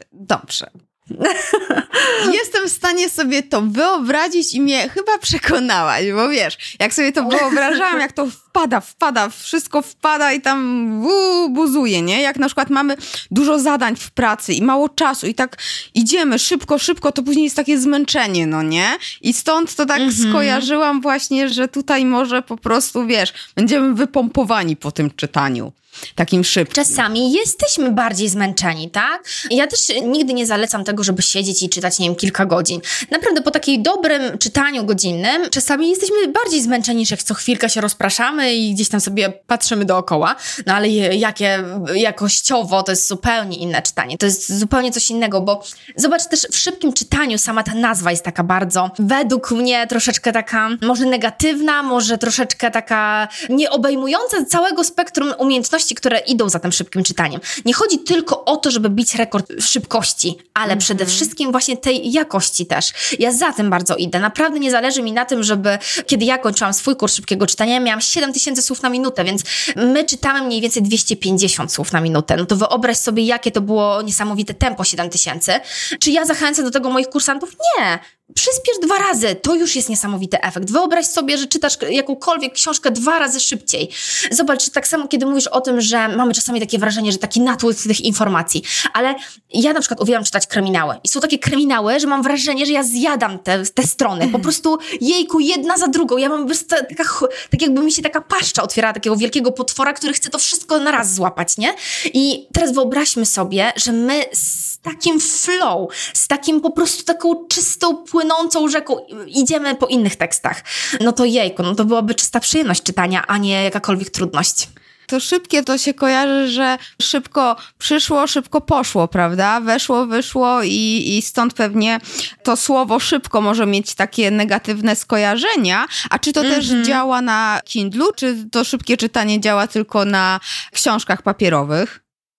Jestem w stanie sobie to wyobrazić i mnie chyba przekonałaś, bo wiesz, jak sobie to wyobrażałam, jak to wpada, wszystko wpada i tam buzuje, nie? Jak na przykład mamy dużo zadań w pracy i mało czasu i tak idziemy szybko, to później jest takie zmęczenie, no nie? I stąd to tak skojarzyłam właśnie, że tutaj może po prostu, wiesz, będziemy wypompowani po tym czytaniu. Takim szybkim. Czasami jesteśmy bardziej zmęczeni, tak? Ja też nigdy nie zalecam tego, żeby siedzieć i czytać, nie wiem, kilka godzin. Naprawdę po takim dobrym czytaniu godzinnym czasami jesteśmy bardziej zmęczeni, niż jak co chwilkę się rozpraszamy i gdzieś tam sobie patrzymy dookoła. No ale jakie jakościowo to jest zupełnie inne czytanie. To jest zupełnie coś innego, bo zobacz też w szybkim czytaniu sama ta nazwa jest taka bardzo, według mnie troszeczkę taka może negatywna, może troszeczkę taka nieobejmująca całego spektrum umiejętności, które idą za tym szybkim czytaniem. Nie chodzi tylko o to, żeby bić rekord szybkości, ale przede wszystkim właśnie tej jakości też. Ja za tym bardzo idę. Naprawdę nie zależy mi na tym, żeby kiedy ja kończyłam swój kurs szybkiego czytania, miałam 7000 słów na minutę, więc my czytamy mniej więcej 250 słów na minutę. No to wyobraź sobie, jakie to było niesamowite tempo 7000. Czy ja zachęcam do tego moich kursantów? Nie. Przyspiesz 2 razy, to już jest niesamowity efekt. Wyobraź sobie, że czytasz jakąkolwiek książkę 2 razy szybciej. Zobacz, tak samo kiedy mówisz o tym, że mamy czasami takie wrażenie, że taki natłok tych informacji, ale ja na przykład uwielbiam czytać kryminały i są takie kryminały, że mam wrażenie, że ja zjadam te strony, po prostu jejku, jedna za drugą. Ja mam tak jakby mi się taka paszcza otwierała takiego wielkiego potwora, który chce to wszystko na raz złapać, nie? I teraz wyobraźmy sobie, że my z takim flow, z takim po prostu taką czystą, płynącą rzeką idziemy po innych tekstach. No to jejku, no to byłaby czysta przyjemność czytania, a nie jakakolwiek trudność. To szybkie to się kojarzy, że szybko przyszło, szybko poszło, prawda? Weszło, wyszło i stąd pewnie to słowo szybko może mieć takie negatywne skojarzenia. A czy to też działa na Kindlu, czy to szybkie czytanie działa tylko na książkach papierowych?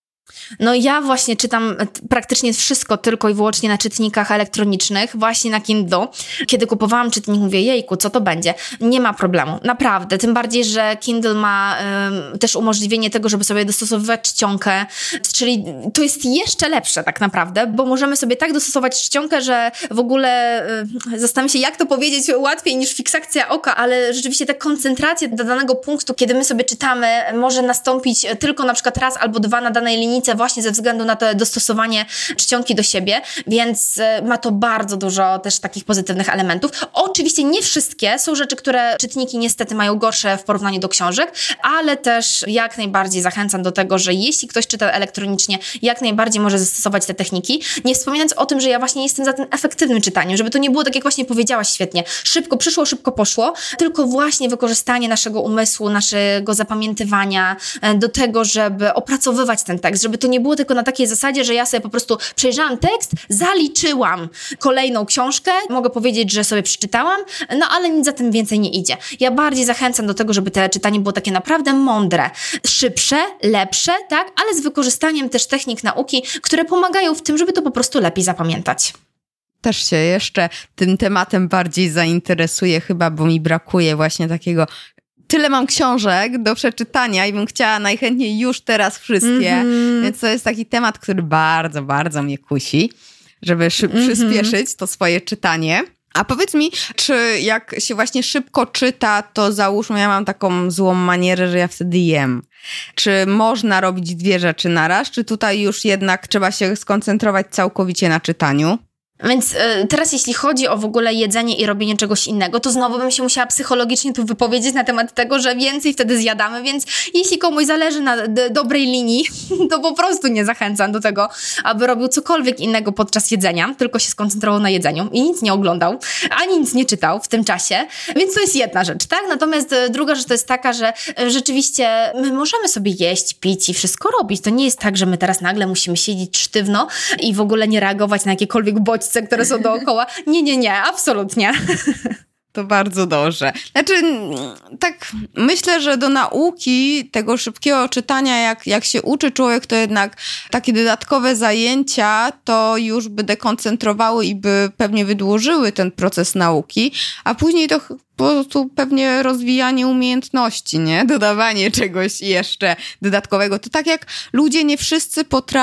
No ja właśnie czytam praktycznie wszystko tylko i wyłącznie na czytnikach elektronicznych, właśnie na Kindle. Kiedy kupowałam czytnik, mówię, jejku, co to będzie? Nie ma problemu, naprawdę. Tym bardziej, że Kindle ma też umożliwienie tego, żeby sobie dostosowywać czcionkę, czyli to jest jeszcze lepsze tak naprawdę, bo możemy sobie tak dostosować czcionkę, że w ogóle zastanawiam się, jak to powiedzieć łatwiej niż fiksacja oka, ale rzeczywiście ta koncentracja do danego punktu, kiedy my sobie czytamy, może nastąpić tylko na przykład raz albo 2 na danej linijce właśnie ze względu na to dostosowanie czcionki do siebie, więc ma to bardzo dużo też takich pozytywnych elementów. Oczywiście nie wszystkie są rzeczy, które czytniki niestety mają gorsze w porównaniu do książek, ale też jak najbardziej zachęcam do tego, że jeśli ktoś czyta elektronicznie, jak najbardziej może zastosować te techniki, nie wspominając o tym, że ja właśnie jestem za tym efektywnym czytaniem, żeby to nie było tak, jak właśnie powiedziałaś świetnie, szybko przyszło, szybko poszło, tylko właśnie wykorzystanie naszego umysłu, naszego zapamiętywania do tego, żeby opracowywać ten tekst, żeby to nie było tylko na takiej zasadzie, że ja sobie po prostu przejrzałam tekst, zaliczyłam kolejną książkę, mogę powiedzieć, że sobie przeczytałam, no ale nic za tym więcej nie idzie. Ja bardziej zachęcam do tego, żeby te czytanie było takie naprawdę mądre, szybsze, lepsze, tak, ale z wykorzystaniem też technik nauki, które pomagają w tym, żeby to po prostu lepiej zapamiętać. też się jeszcze tym tematem bardziej zainteresuję chyba, bo mi brakuje właśnie takiego... Tyle mam książek do przeczytania i bym chciała najchętniej już teraz wszystkie, więc to jest taki temat, który bardzo, bardzo mnie kusi, żeby przyspieszyć to swoje czytanie. A powiedz mi, czy jak się właśnie szybko czyta, to załóżmy, ja mam taką złą manierę, że ja wtedy jem. Czy można robić 2 rzeczy naraz, czy tutaj już jednak trzeba się skoncentrować całkowicie na czytaniu? Więc teraz jeśli chodzi o w ogóle jedzenie i robienie czegoś innego, to znowu bym się musiała psychologicznie tu wypowiedzieć na temat tego, że więcej wtedy zjadamy, więc jeśli komuś zależy na dobrej linii, to po prostu nie zachęcam do tego, aby robił cokolwiek innego podczas jedzenia, tylko się skoncentrował na jedzeniu i nic nie oglądał, ani nic nie czytał w tym czasie, więc to jest jedna rzecz, tak? Natomiast druga rzecz to jest taka, że rzeczywiście my możemy sobie jeść, pić i wszystko robić. To nie jest tak, że my teraz nagle musimy siedzieć sztywno i w ogóle nie reagować na jakiekolwiek bodźce, które są dookoła. Nie, absolutnie. To bardzo dobrze. Znaczy, tak myślę, że do nauki tego szybkiego czytania, jak się uczy człowiek, to jednak takie dodatkowe zajęcia to już by dekoncentrowały i by pewnie wydłużyły ten proces nauki, a później to po prostu pewnie rozwijanie umiejętności, nie? Dodawanie czegoś jeszcze dodatkowego. To tak jak ludzie nie wszyscy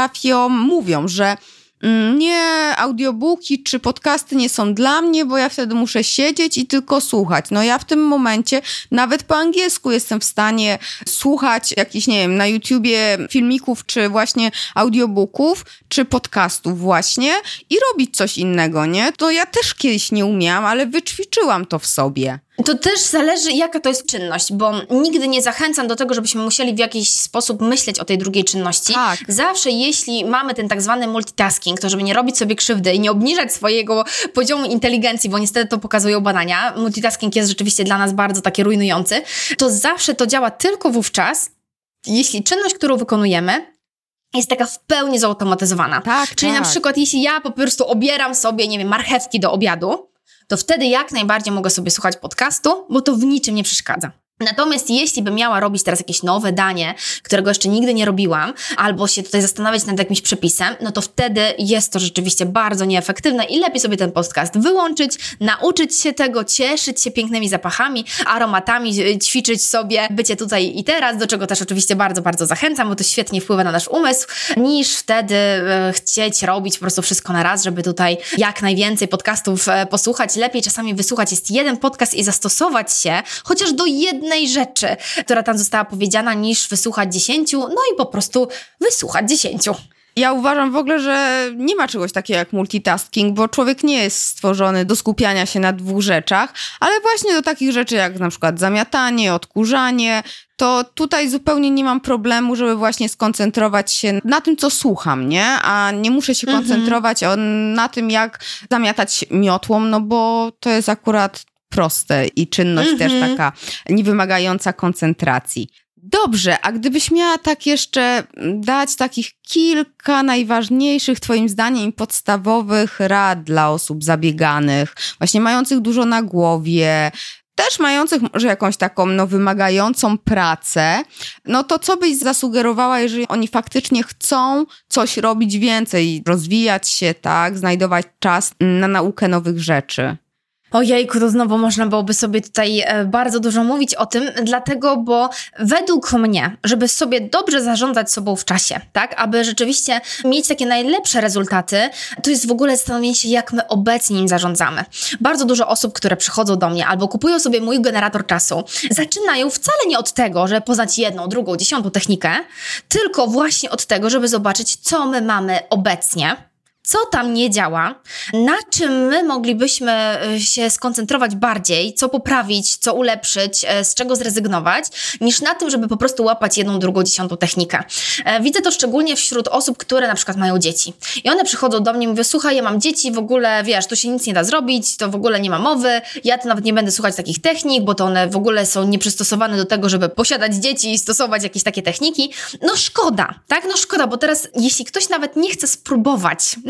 mówią, że nie, audiobooki czy podcasty nie są dla mnie, bo ja wtedy muszę siedzieć i tylko słuchać. No ja w tym momencie nawet po angielsku jestem w stanie słuchać jakichś, nie wiem, na YouTubie filmików, czy właśnie audiobooków, czy podcastów właśnie i robić coś innego, nie? To ja też kiedyś nie umiałam, ale wyćwiczyłam to w sobie. To też zależy, jaka to jest czynność, bo nigdy nie zachęcam do tego, żebyśmy musieli w jakiś sposób myśleć o tej drugiej czynności. Tak. Zawsze jeśli mamy ten tak zwany multitasking, to żeby nie robić sobie krzywdy i nie obniżać swojego poziomu inteligencji, bo niestety to pokazują badania, multitasking jest rzeczywiście dla nas bardzo taki rujnujący, to zawsze to działa tylko wówczas, jeśli czynność, którą wykonujemy, jest taka w pełni zautomatyzowana. Tak, Czyli na przykład jeśli ja po prostu obieram sobie, nie wiem, marchewki do obiadu, to wtedy jak najbardziej mogę sobie słuchać podcastu, bo to w niczym nie przeszkadza. Natomiast jeśli bym miała robić teraz jakieś nowe danie, którego jeszcze nigdy nie robiłam, albo się tutaj zastanawiać nad jakimś przepisem, no to wtedy jest to rzeczywiście bardzo nieefektywne i lepiej sobie ten podcast wyłączyć, nauczyć się tego, cieszyć się pięknymi zapachami, aromatami, ćwiczyć sobie bycie tutaj i teraz, do czego też oczywiście bardzo, bardzo zachęcam, bo to świetnie wpływa na nasz umysł, niż wtedy chcieć robić po prostu wszystko na raz, żeby tutaj jak najwięcej podcastów posłuchać. Lepiej czasami wysłuchać jest jeden podcast i zastosować się chociaż do jednej rzeczy, która tam została powiedziana, niż wysłuchać 10, no i po prostu wysłuchać 10. Ja uważam w ogóle, że nie ma czegoś takiego jak multitasking, bo człowiek nie jest stworzony do skupiania się na 2 rzeczach, ale właśnie do takich rzeczy jak na przykład zamiatanie, odkurzanie, to tutaj zupełnie nie mam problemu, żeby właśnie skoncentrować się na tym, co słucham, nie? A nie muszę się koncentrować na tym, jak zamiatać miotłą, no bo to jest akurat proste i czynność też taka niewymagająca koncentracji. Dobrze, a gdybyś miała tak jeszcze dać takich kilka najważniejszych twoim zdaniem podstawowych rad dla osób zabieganych, właśnie mających dużo na głowie, też mających może jakąś taką wymagającą pracę, no to co byś zasugerowała, jeżeli oni faktycznie chcą coś robić więcej, rozwijać się, tak, znajdować czas na naukę nowych rzeczy? Ojejku, to znowu można byłoby sobie tutaj bardzo dużo mówić o tym, dlatego, bo według mnie, żeby sobie dobrze zarządzać sobą w czasie, tak, aby rzeczywiście mieć takie najlepsze rezultaty, to jest w ogóle zastanowienie się, jak my obecnie nim zarządzamy. Bardzo dużo osób, które przychodzą do mnie albo kupują sobie mój generator czasu, zaczynają wcale nie od tego, żeby poznać 1, 2, 10 technikę, tylko właśnie od tego, żeby zobaczyć, co my mamy obecnie, co tam nie działa, na czym my moglibyśmy się skoncentrować bardziej, co poprawić, co ulepszyć, z czego zrezygnować, niż na tym, żeby po prostu łapać 1, 2, 10 technikę. Widzę to szczególnie wśród osób, które na przykład mają dzieci. I one przychodzą do mnie i mówią, słuchaj, ja mam dzieci, w ogóle, wiesz, tu się nic nie da zrobić, to w ogóle nie ma mowy, ja to nawet nie będę słuchać takich technik, bo to one w ogóle są nieprzystosowane do tego, żeby posiadać dzieci i stosować jakieś takie techniki. No szkoda, tak? No szkoda, bo teraz jeśli ktoś nawet nie chce spróbować,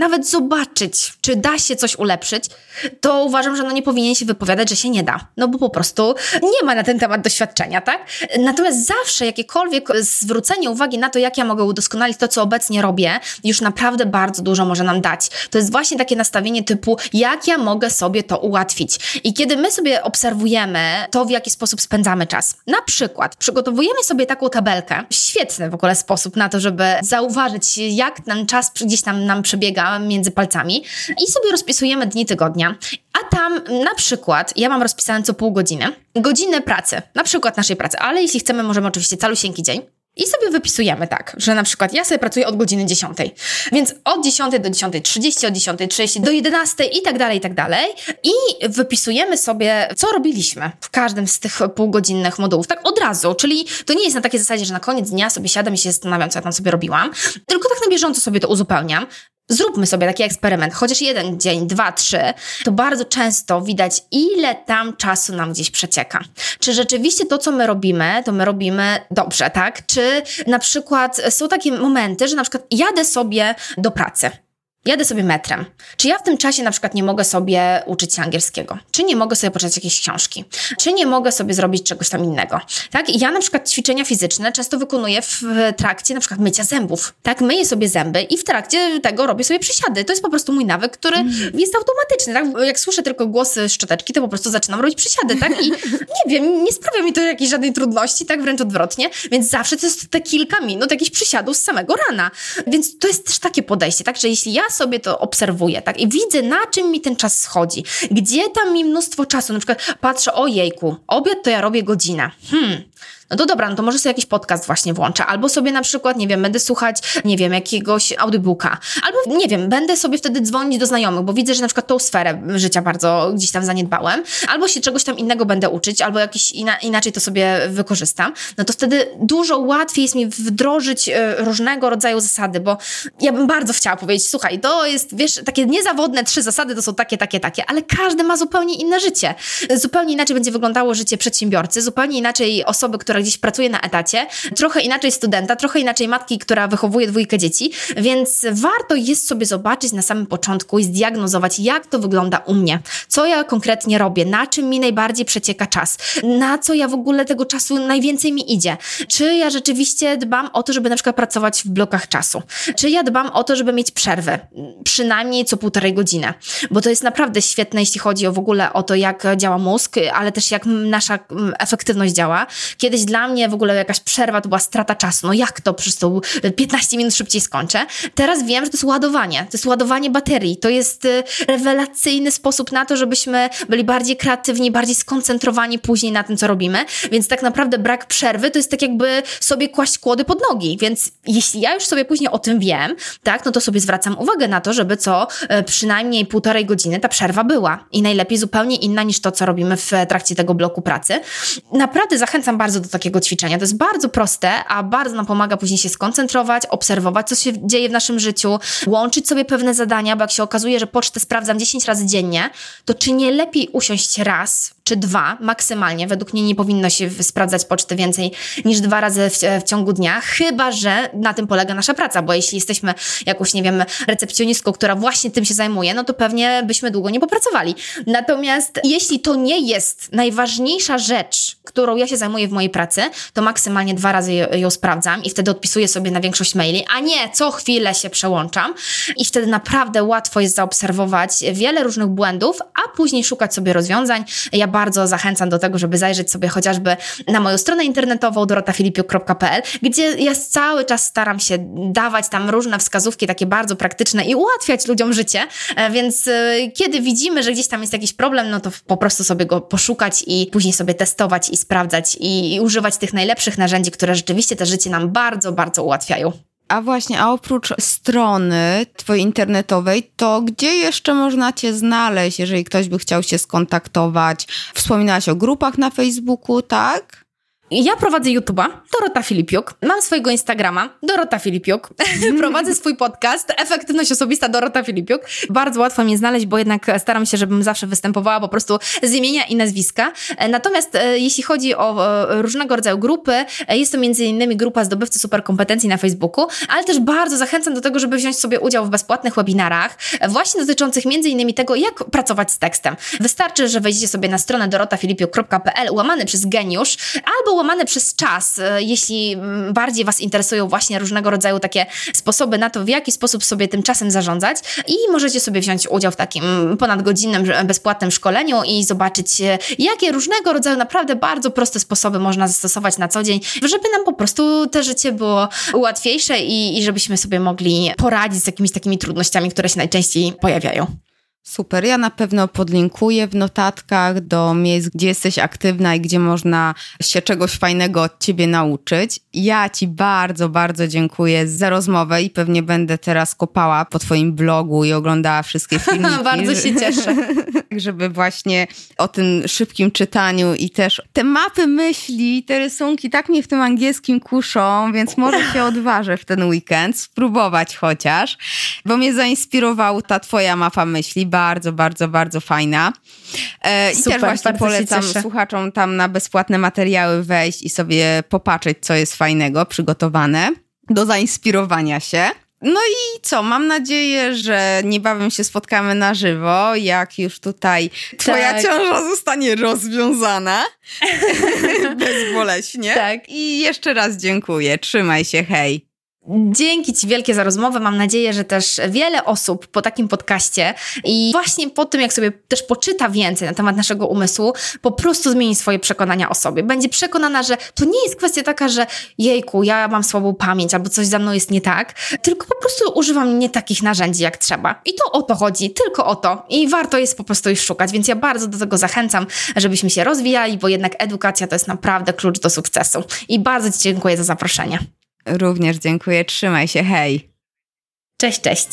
nawet zobaczyć, czy da się coś ulepszyć, to uważam, że nie powinien się wypowiadać, że się nie da. No bo po prostu nie ma na ten temat doświadczenia, tak? Natomiast zawsze jakiekolwiek zwrócenie uwagi na to, jak ja mogę udoskonalić to, co obecnie robię, już naprawdę bardzo dużo może nam dać. To jest właśnie takie nastawienie typu, jak ja mogę sobie to ułatwić. I kiedy my sobie obserwujemy to, w jaki sposób spędzamy czas. Na przykład przygotowujemy sobie taką tabelkę. Świetny w ogóle sposób na to, żeby zauważyć, jak ten czas gdzieś tam nam przebiega między palcami i sobie rozpisujemy dni tygodnia. A tam na przykład, ja mam rozpisane co pół godziny, godziny pracy, na przykład naszej pracy, ale jeśli chcemy, możemy oczywiście calusieńki dzień. I sobie wypisujemy tak, że na przykład ja sobie pracuję od godziny 10, więc od 10 do 10:30, od 10:30 do 11 i tak dalej, i tak dalej. I wypisujemy sobie, co robiliśmy w każdym z tych półgodzinnych modułów, tak od razu, czyli to nie jest na takiej zasadzie, że na koniec dnia sobie siadam i się zastanawiam, co ja tam sobie robiłam, tylko tak na bieżąco sobie to uzupełniam. Zróbmy sobie taki eksperyment, chociaż jeden dzień, 2, 3, to bardzo często widać, ile tam czasu nam gdzieś przecieka. Czy rzeczywiście to, co my robimy, to my robimy dobrze, tak? Czy na przykład są takie momenty, że na przykład jadę sobie do pracy. Jadę sobie metrem. Czy ja w tym czasie na przykład nie mogę sobie uczyć się angielskiego? Czy nie mogę sobie poczytać jakiejś książki? Czy nie mogę sobie zrobić czegoś tam innego? Tak? I ja na przykład ćwiczenia fizyczne często wykonuję w trakcie na przykład mycia zębów. Tak? Myję sobie zęby i w trakcie tego robię sobie przysiady. To jest po prostu mój nawyk, który jest automatyczny. Tak? Jak słyszę tylko głosy szczoteczki, to po prostu zaczynam robić przysiady. Tak? I nie wiem, nie sprawia mi to jakiejś żadnej trudności, tak? Wręcz odwrotnie. Więc zawsze to jest te kilka minut jakichś przysiadów z samego rana. Więc to jest też takie podejście, tak? Że jeśli ja sobie to obserwuję, tak? I widzę, na czym mi ten czas schodzi. Gdzie tam mi mnóstwo czasu. Na przykład patrzę, ojejku, obiad to ja robię godzinę. No to dobra, no to może sobie jakiś podcast właśnie włączę. Albo sobie na przykład, nie wiem, będę słuchać, nie wiem, jakiegoś audiobooka. Albo, nie wiem, będę sobie wtedy dzwonić do znajomych, bo widzę, że na przykład tą sferę życia bardzo gdzieś tam zaniedbałem. Albo się czegoś tam innego będę uczyć, albo jakiś inaczej to sobie wykorzystam. No to wtedy dużo łatwiej jest mi wdrożyć różnego rodzaju zasady, bo ja bym bardzo chciała powiedzieć, słuchaj, to jest, wiesz, takie niezawodne 3 zasady, to są takie, ale każdy ma zupełnie inne życie. Zupełnie inaczej będzie wyglądało życie przedsiębiorcy, zupełnie inaczej osoby, która gdzieś pracuje na etacie, trochę inaczej studenta, trochę inaczej matki, która wychowuje 2 dzieci, więc warto jest sobie zobaczyć na samym początku i zdiagnozować, jak to wygląda u mnie, co ja konkretnie robię, na czym mi najbardziej przecieka czas, na co ja w ogóle tego czasu najwięcej mi idzie, czy ja rzeczywiście dbam o to, żeby na przykład pracować w blokach czasu, czy ja dbam o to, żeby mieć przerwę, przynajmniej co 1,5 godziny, bo to jest naprawdę świetne, jeśli chodzi w ogóle o to, jak działa mózg, ale też jak nasza efektywność działa. Kiedyś dla mnie w ogóle jakaś przerwa to była strata czasu. No jak to? Przecież to 15 minut szybciej skończę. Teraz wiem, że to jest ładowanie. To jest ładowanie baterii. To jest rewelacyjny sposób na to, żebyśmy byli bardziej kreatywni, bardziej skoncentrowani później na tym, co robimy. Więc tak naprawdę brak przerwy to jest tak jakby sobie kłaść kłody pod nogi. Więc jeśli ja już sobie później o tym wiem, tak, no to sobie zwracam uwagę na to, żeby przynajmniej 1,5 godziny ta przerwa była. I najlepiej zupełnie inna niż to, co robimy w trakcie tego bloku pracy. Naprawdę zachęcam bardzo do takiego ćwiczenia. To jest bardzo proste, a bardzo nam pomaga później się skoncentrować, obserwować, co się dzieje w naszym życiu, łączyć sobie pewne zadania, bo jak się okazuje, że pocztę sprawdzam 10 razy dziennie, to czy nie lepiej usiąść raz czy 2 maksymalnie? Według mnie nie powinno się sprawdzać poczty więcej niż 2 razy w ciągu dnia, chyba że na tym polega nasza praca, bo jeśli jesteśmy jakąś, nie wiem, recepcjonistką, która właśnie tym się zajmuje, no to pewnie byśmy długo nie popracowali. Natomiast jeśli to nie jest najważniejsza rzecz, którą ja się zajmuję w mojej pracy, to maksymalnie 2 razy ją sprawdzam i wtedy odpisuję sobie na większość maili, a nie co chwilę się przełączam i wtedy naprawdę łatwo jest zaobserwować wiele różnych błędów, a później szukać sobie rozwiązań. Ja bardzo zachęcam do tego, żeby zajrzeć sobie chociażby na moją stronę internetową dorotafilipiuk.pl, gdzie ja cały czas staram się dawać tam różne wskazówki takie bardzo praktyczne i ułatwiać ludziom życie, więc kiedy widzimy, że gdzieś tam jest jakiś problem, no to po prostu sobie go poszukać i później sobie testować i sprawdzać i używać tych najlepszych narzędzi, które rzeczywiście te życie nam bardzo, bardzo ułatwiają. A właśnie, a oprócz strony twojej internetowej, to gdzie jeszcze można cię znaleźć, jeżeli ktoś by chciał się skontaktować? Wspominałaś o grupach na Facebooku, tak? Ja prowadzę YouTube'a, Dorota Filipiuk, mam swojego Instagrama, Dorota Filipiuk, prowadzę swój podcast, Efektywność Osobista Dorota Filipiuk. Bardzo łatwo mnie znaleźć, bo jednak staram się, żebym zawsze występowała po prostu z imienia i nazwiska. Natomiast jeśli chodzi o różnego rodzaju grupy, jest to m.in. grupa Zdobywcy Superkompetencji na Facebooku, ale też bardzo zachęcam do tego, żeby wziąć sobie udział w bezpłatnych webinarach, właśnie dotyczących m.in. tego, jak pracować z tekstem. Wystarczy, że wejdziecie sobie na stronę dorotafilipiuk.pl /geniusz albo łamane przez czas, jeśli bardziej Was interesują właśnie różnego rodzaju takie sposoby na to, w jaki sposób sobie tym czasem zarządzać i możecie sobie wziąć udział w takim ponadgodzinnym, bezpłatnym szkoleniu i zobaczyć, jakie różnego rodzaju naprawdę bardzo proste sposoby można zastosować na co dzień, żeby nam po prostu te życie było łatwiejsze i żebyśmy sobie mogli poradzić z jakimiś takimi trudnościami, które się najczęściej pojawiają. Super, ja na pewno podlinkuję w notatkach do miejsc, gdzie jesteś aktywna i gdzie można się czegoś fajnego od Ciebie nauczyć. Ja Ci bardzo, bardzo dziękuję za rozmowę i pewnie będę teraz kopała po Twoim blogu i oglądała wszystkie filmiki. Bardzo się cieszę. Żeby właśnie o tym szybkim czytaniu i też te mapy myśli, te rysunki tak mnie w tym angielskim kuszą, więc może się odważę w ten weekend spróbować chociaż, bo mnie zainspirowała ta Twoja mapa myśli. Bardzo, bardzo, bardzo fajna. I super, też właśnie polecam słuchaczom tam na bezpłatne materiały wejść i sobie popatrzeć, co jest fajnego, przygotowane do zainspirowania się. No i co? Mam nadzieję, że niebawem się spotkamy na żywo, jak już tutaj Twoja ciąża zostanie rozwiązana. Bezboleśnie. Tak. I jeszcze raz dziękuję. Trzymaj się, hej. Dzięki Ci wielkie za rozmowę. Mam nadzieję, że też wiele osób po takim podcaście i właśnie po tym, jak sobie też poczyta więcej na temat naszego umysłu, po prostu zmieni swoje przekonania o sobie. Będzie przekonana, że to nie jest kwestia taka, że jejku, ja mam słabą pamięć albo coś za mną jest nie tak, tylko po prostu używam nie takich narzędzi jak trzeba. I to o to chodzi, tylko o to. I warto jest po prostu ich szukać, więc ja bardzo do tego zachęcam, żebyśmy się rozwijali, bo jednak edukacja to jest naprawdę klucz do sukcesu. I bardzo Ci dziękuję za zaproszenie. Również dziękuję. Trzymaj się. Hej. Cześć, cześć.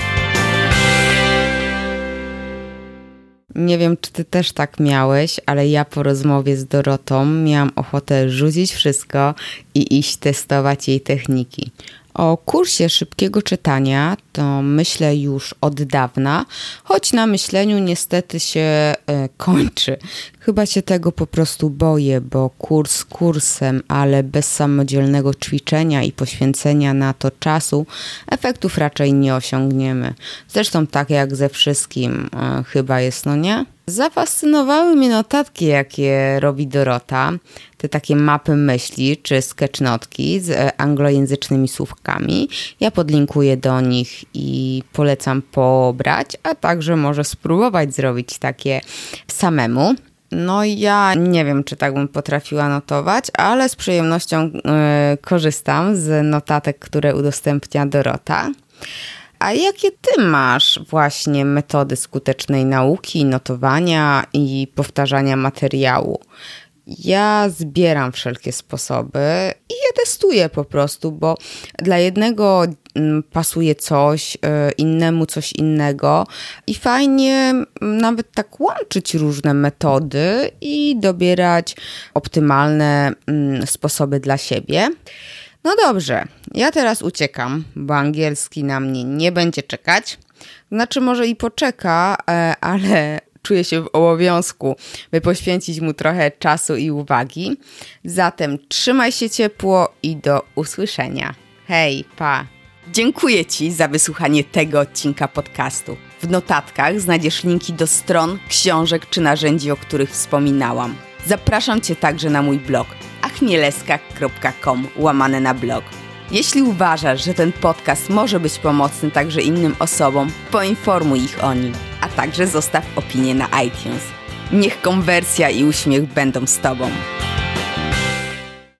Nie wiem, czy ty też tak miałeś, ale ja po rozmowie z Dorotą miałam ochotę rzucić wszystko i iść testować jej techniki. O kursie szybkiego czytania to myślę już od dawna, choć na myśleniu niestety się kończy. Chyba się tego po prostu boję, bo kurs kursem, ale bez samodzielnego ćwiczenia i poświęcenia na to czasu efektów raczej nie osiągniemy. Zresztą tak jak ze wszystkim chyba jest, no nie? Zafascynowały mnie notatki, jakie robi Dorota, te takie mapy myśli czy sketchnotki z anglojęzycznymi słówkami. Ja podlinkuję do nich i polecam pobrać, a także może spróbować zrobić takie samemu. No ja nie wiem, czy tak bym potrafiła notować, ale z przyjemnością korzystam z notatek, które udostępnia Dorota. A jakie ty masz właśnie metody skutecznej nauki, notowania i powtarzania materiału? Ja zbieram wszelkie sposoby i je testuję po prostu, bo dla jednego pasuje coś, innemu coś innego i fajnie nawet tak łączyć różne metody i dobierać optymalne sposoby dla siebie. No dobrze, ja teraz uciekam, bo angielski na mnie nie będzie czekać. Znaczy może i poczeka, ale czuję się w obowiązku, by poświęcić mu trochę czasu i uwagi. Zatem trzymaj się ciepło i do usłyszenia. Hej, pa! Dziękuję Ci za wysłuchanie tego odcinka podcastu. W notatkach znajdziesz linki do stron, książek czy narzędzi, o których wspominałam. Zapraszam Cię także na mój blog achmieleska.com/blog. Jeśli uważasz, że ten podcast może być pomocny także innym osobom, poinformuj ich o nim, a także zostaw opinię na iTunes. Niech konwersja i uśmiech będą z Tobą.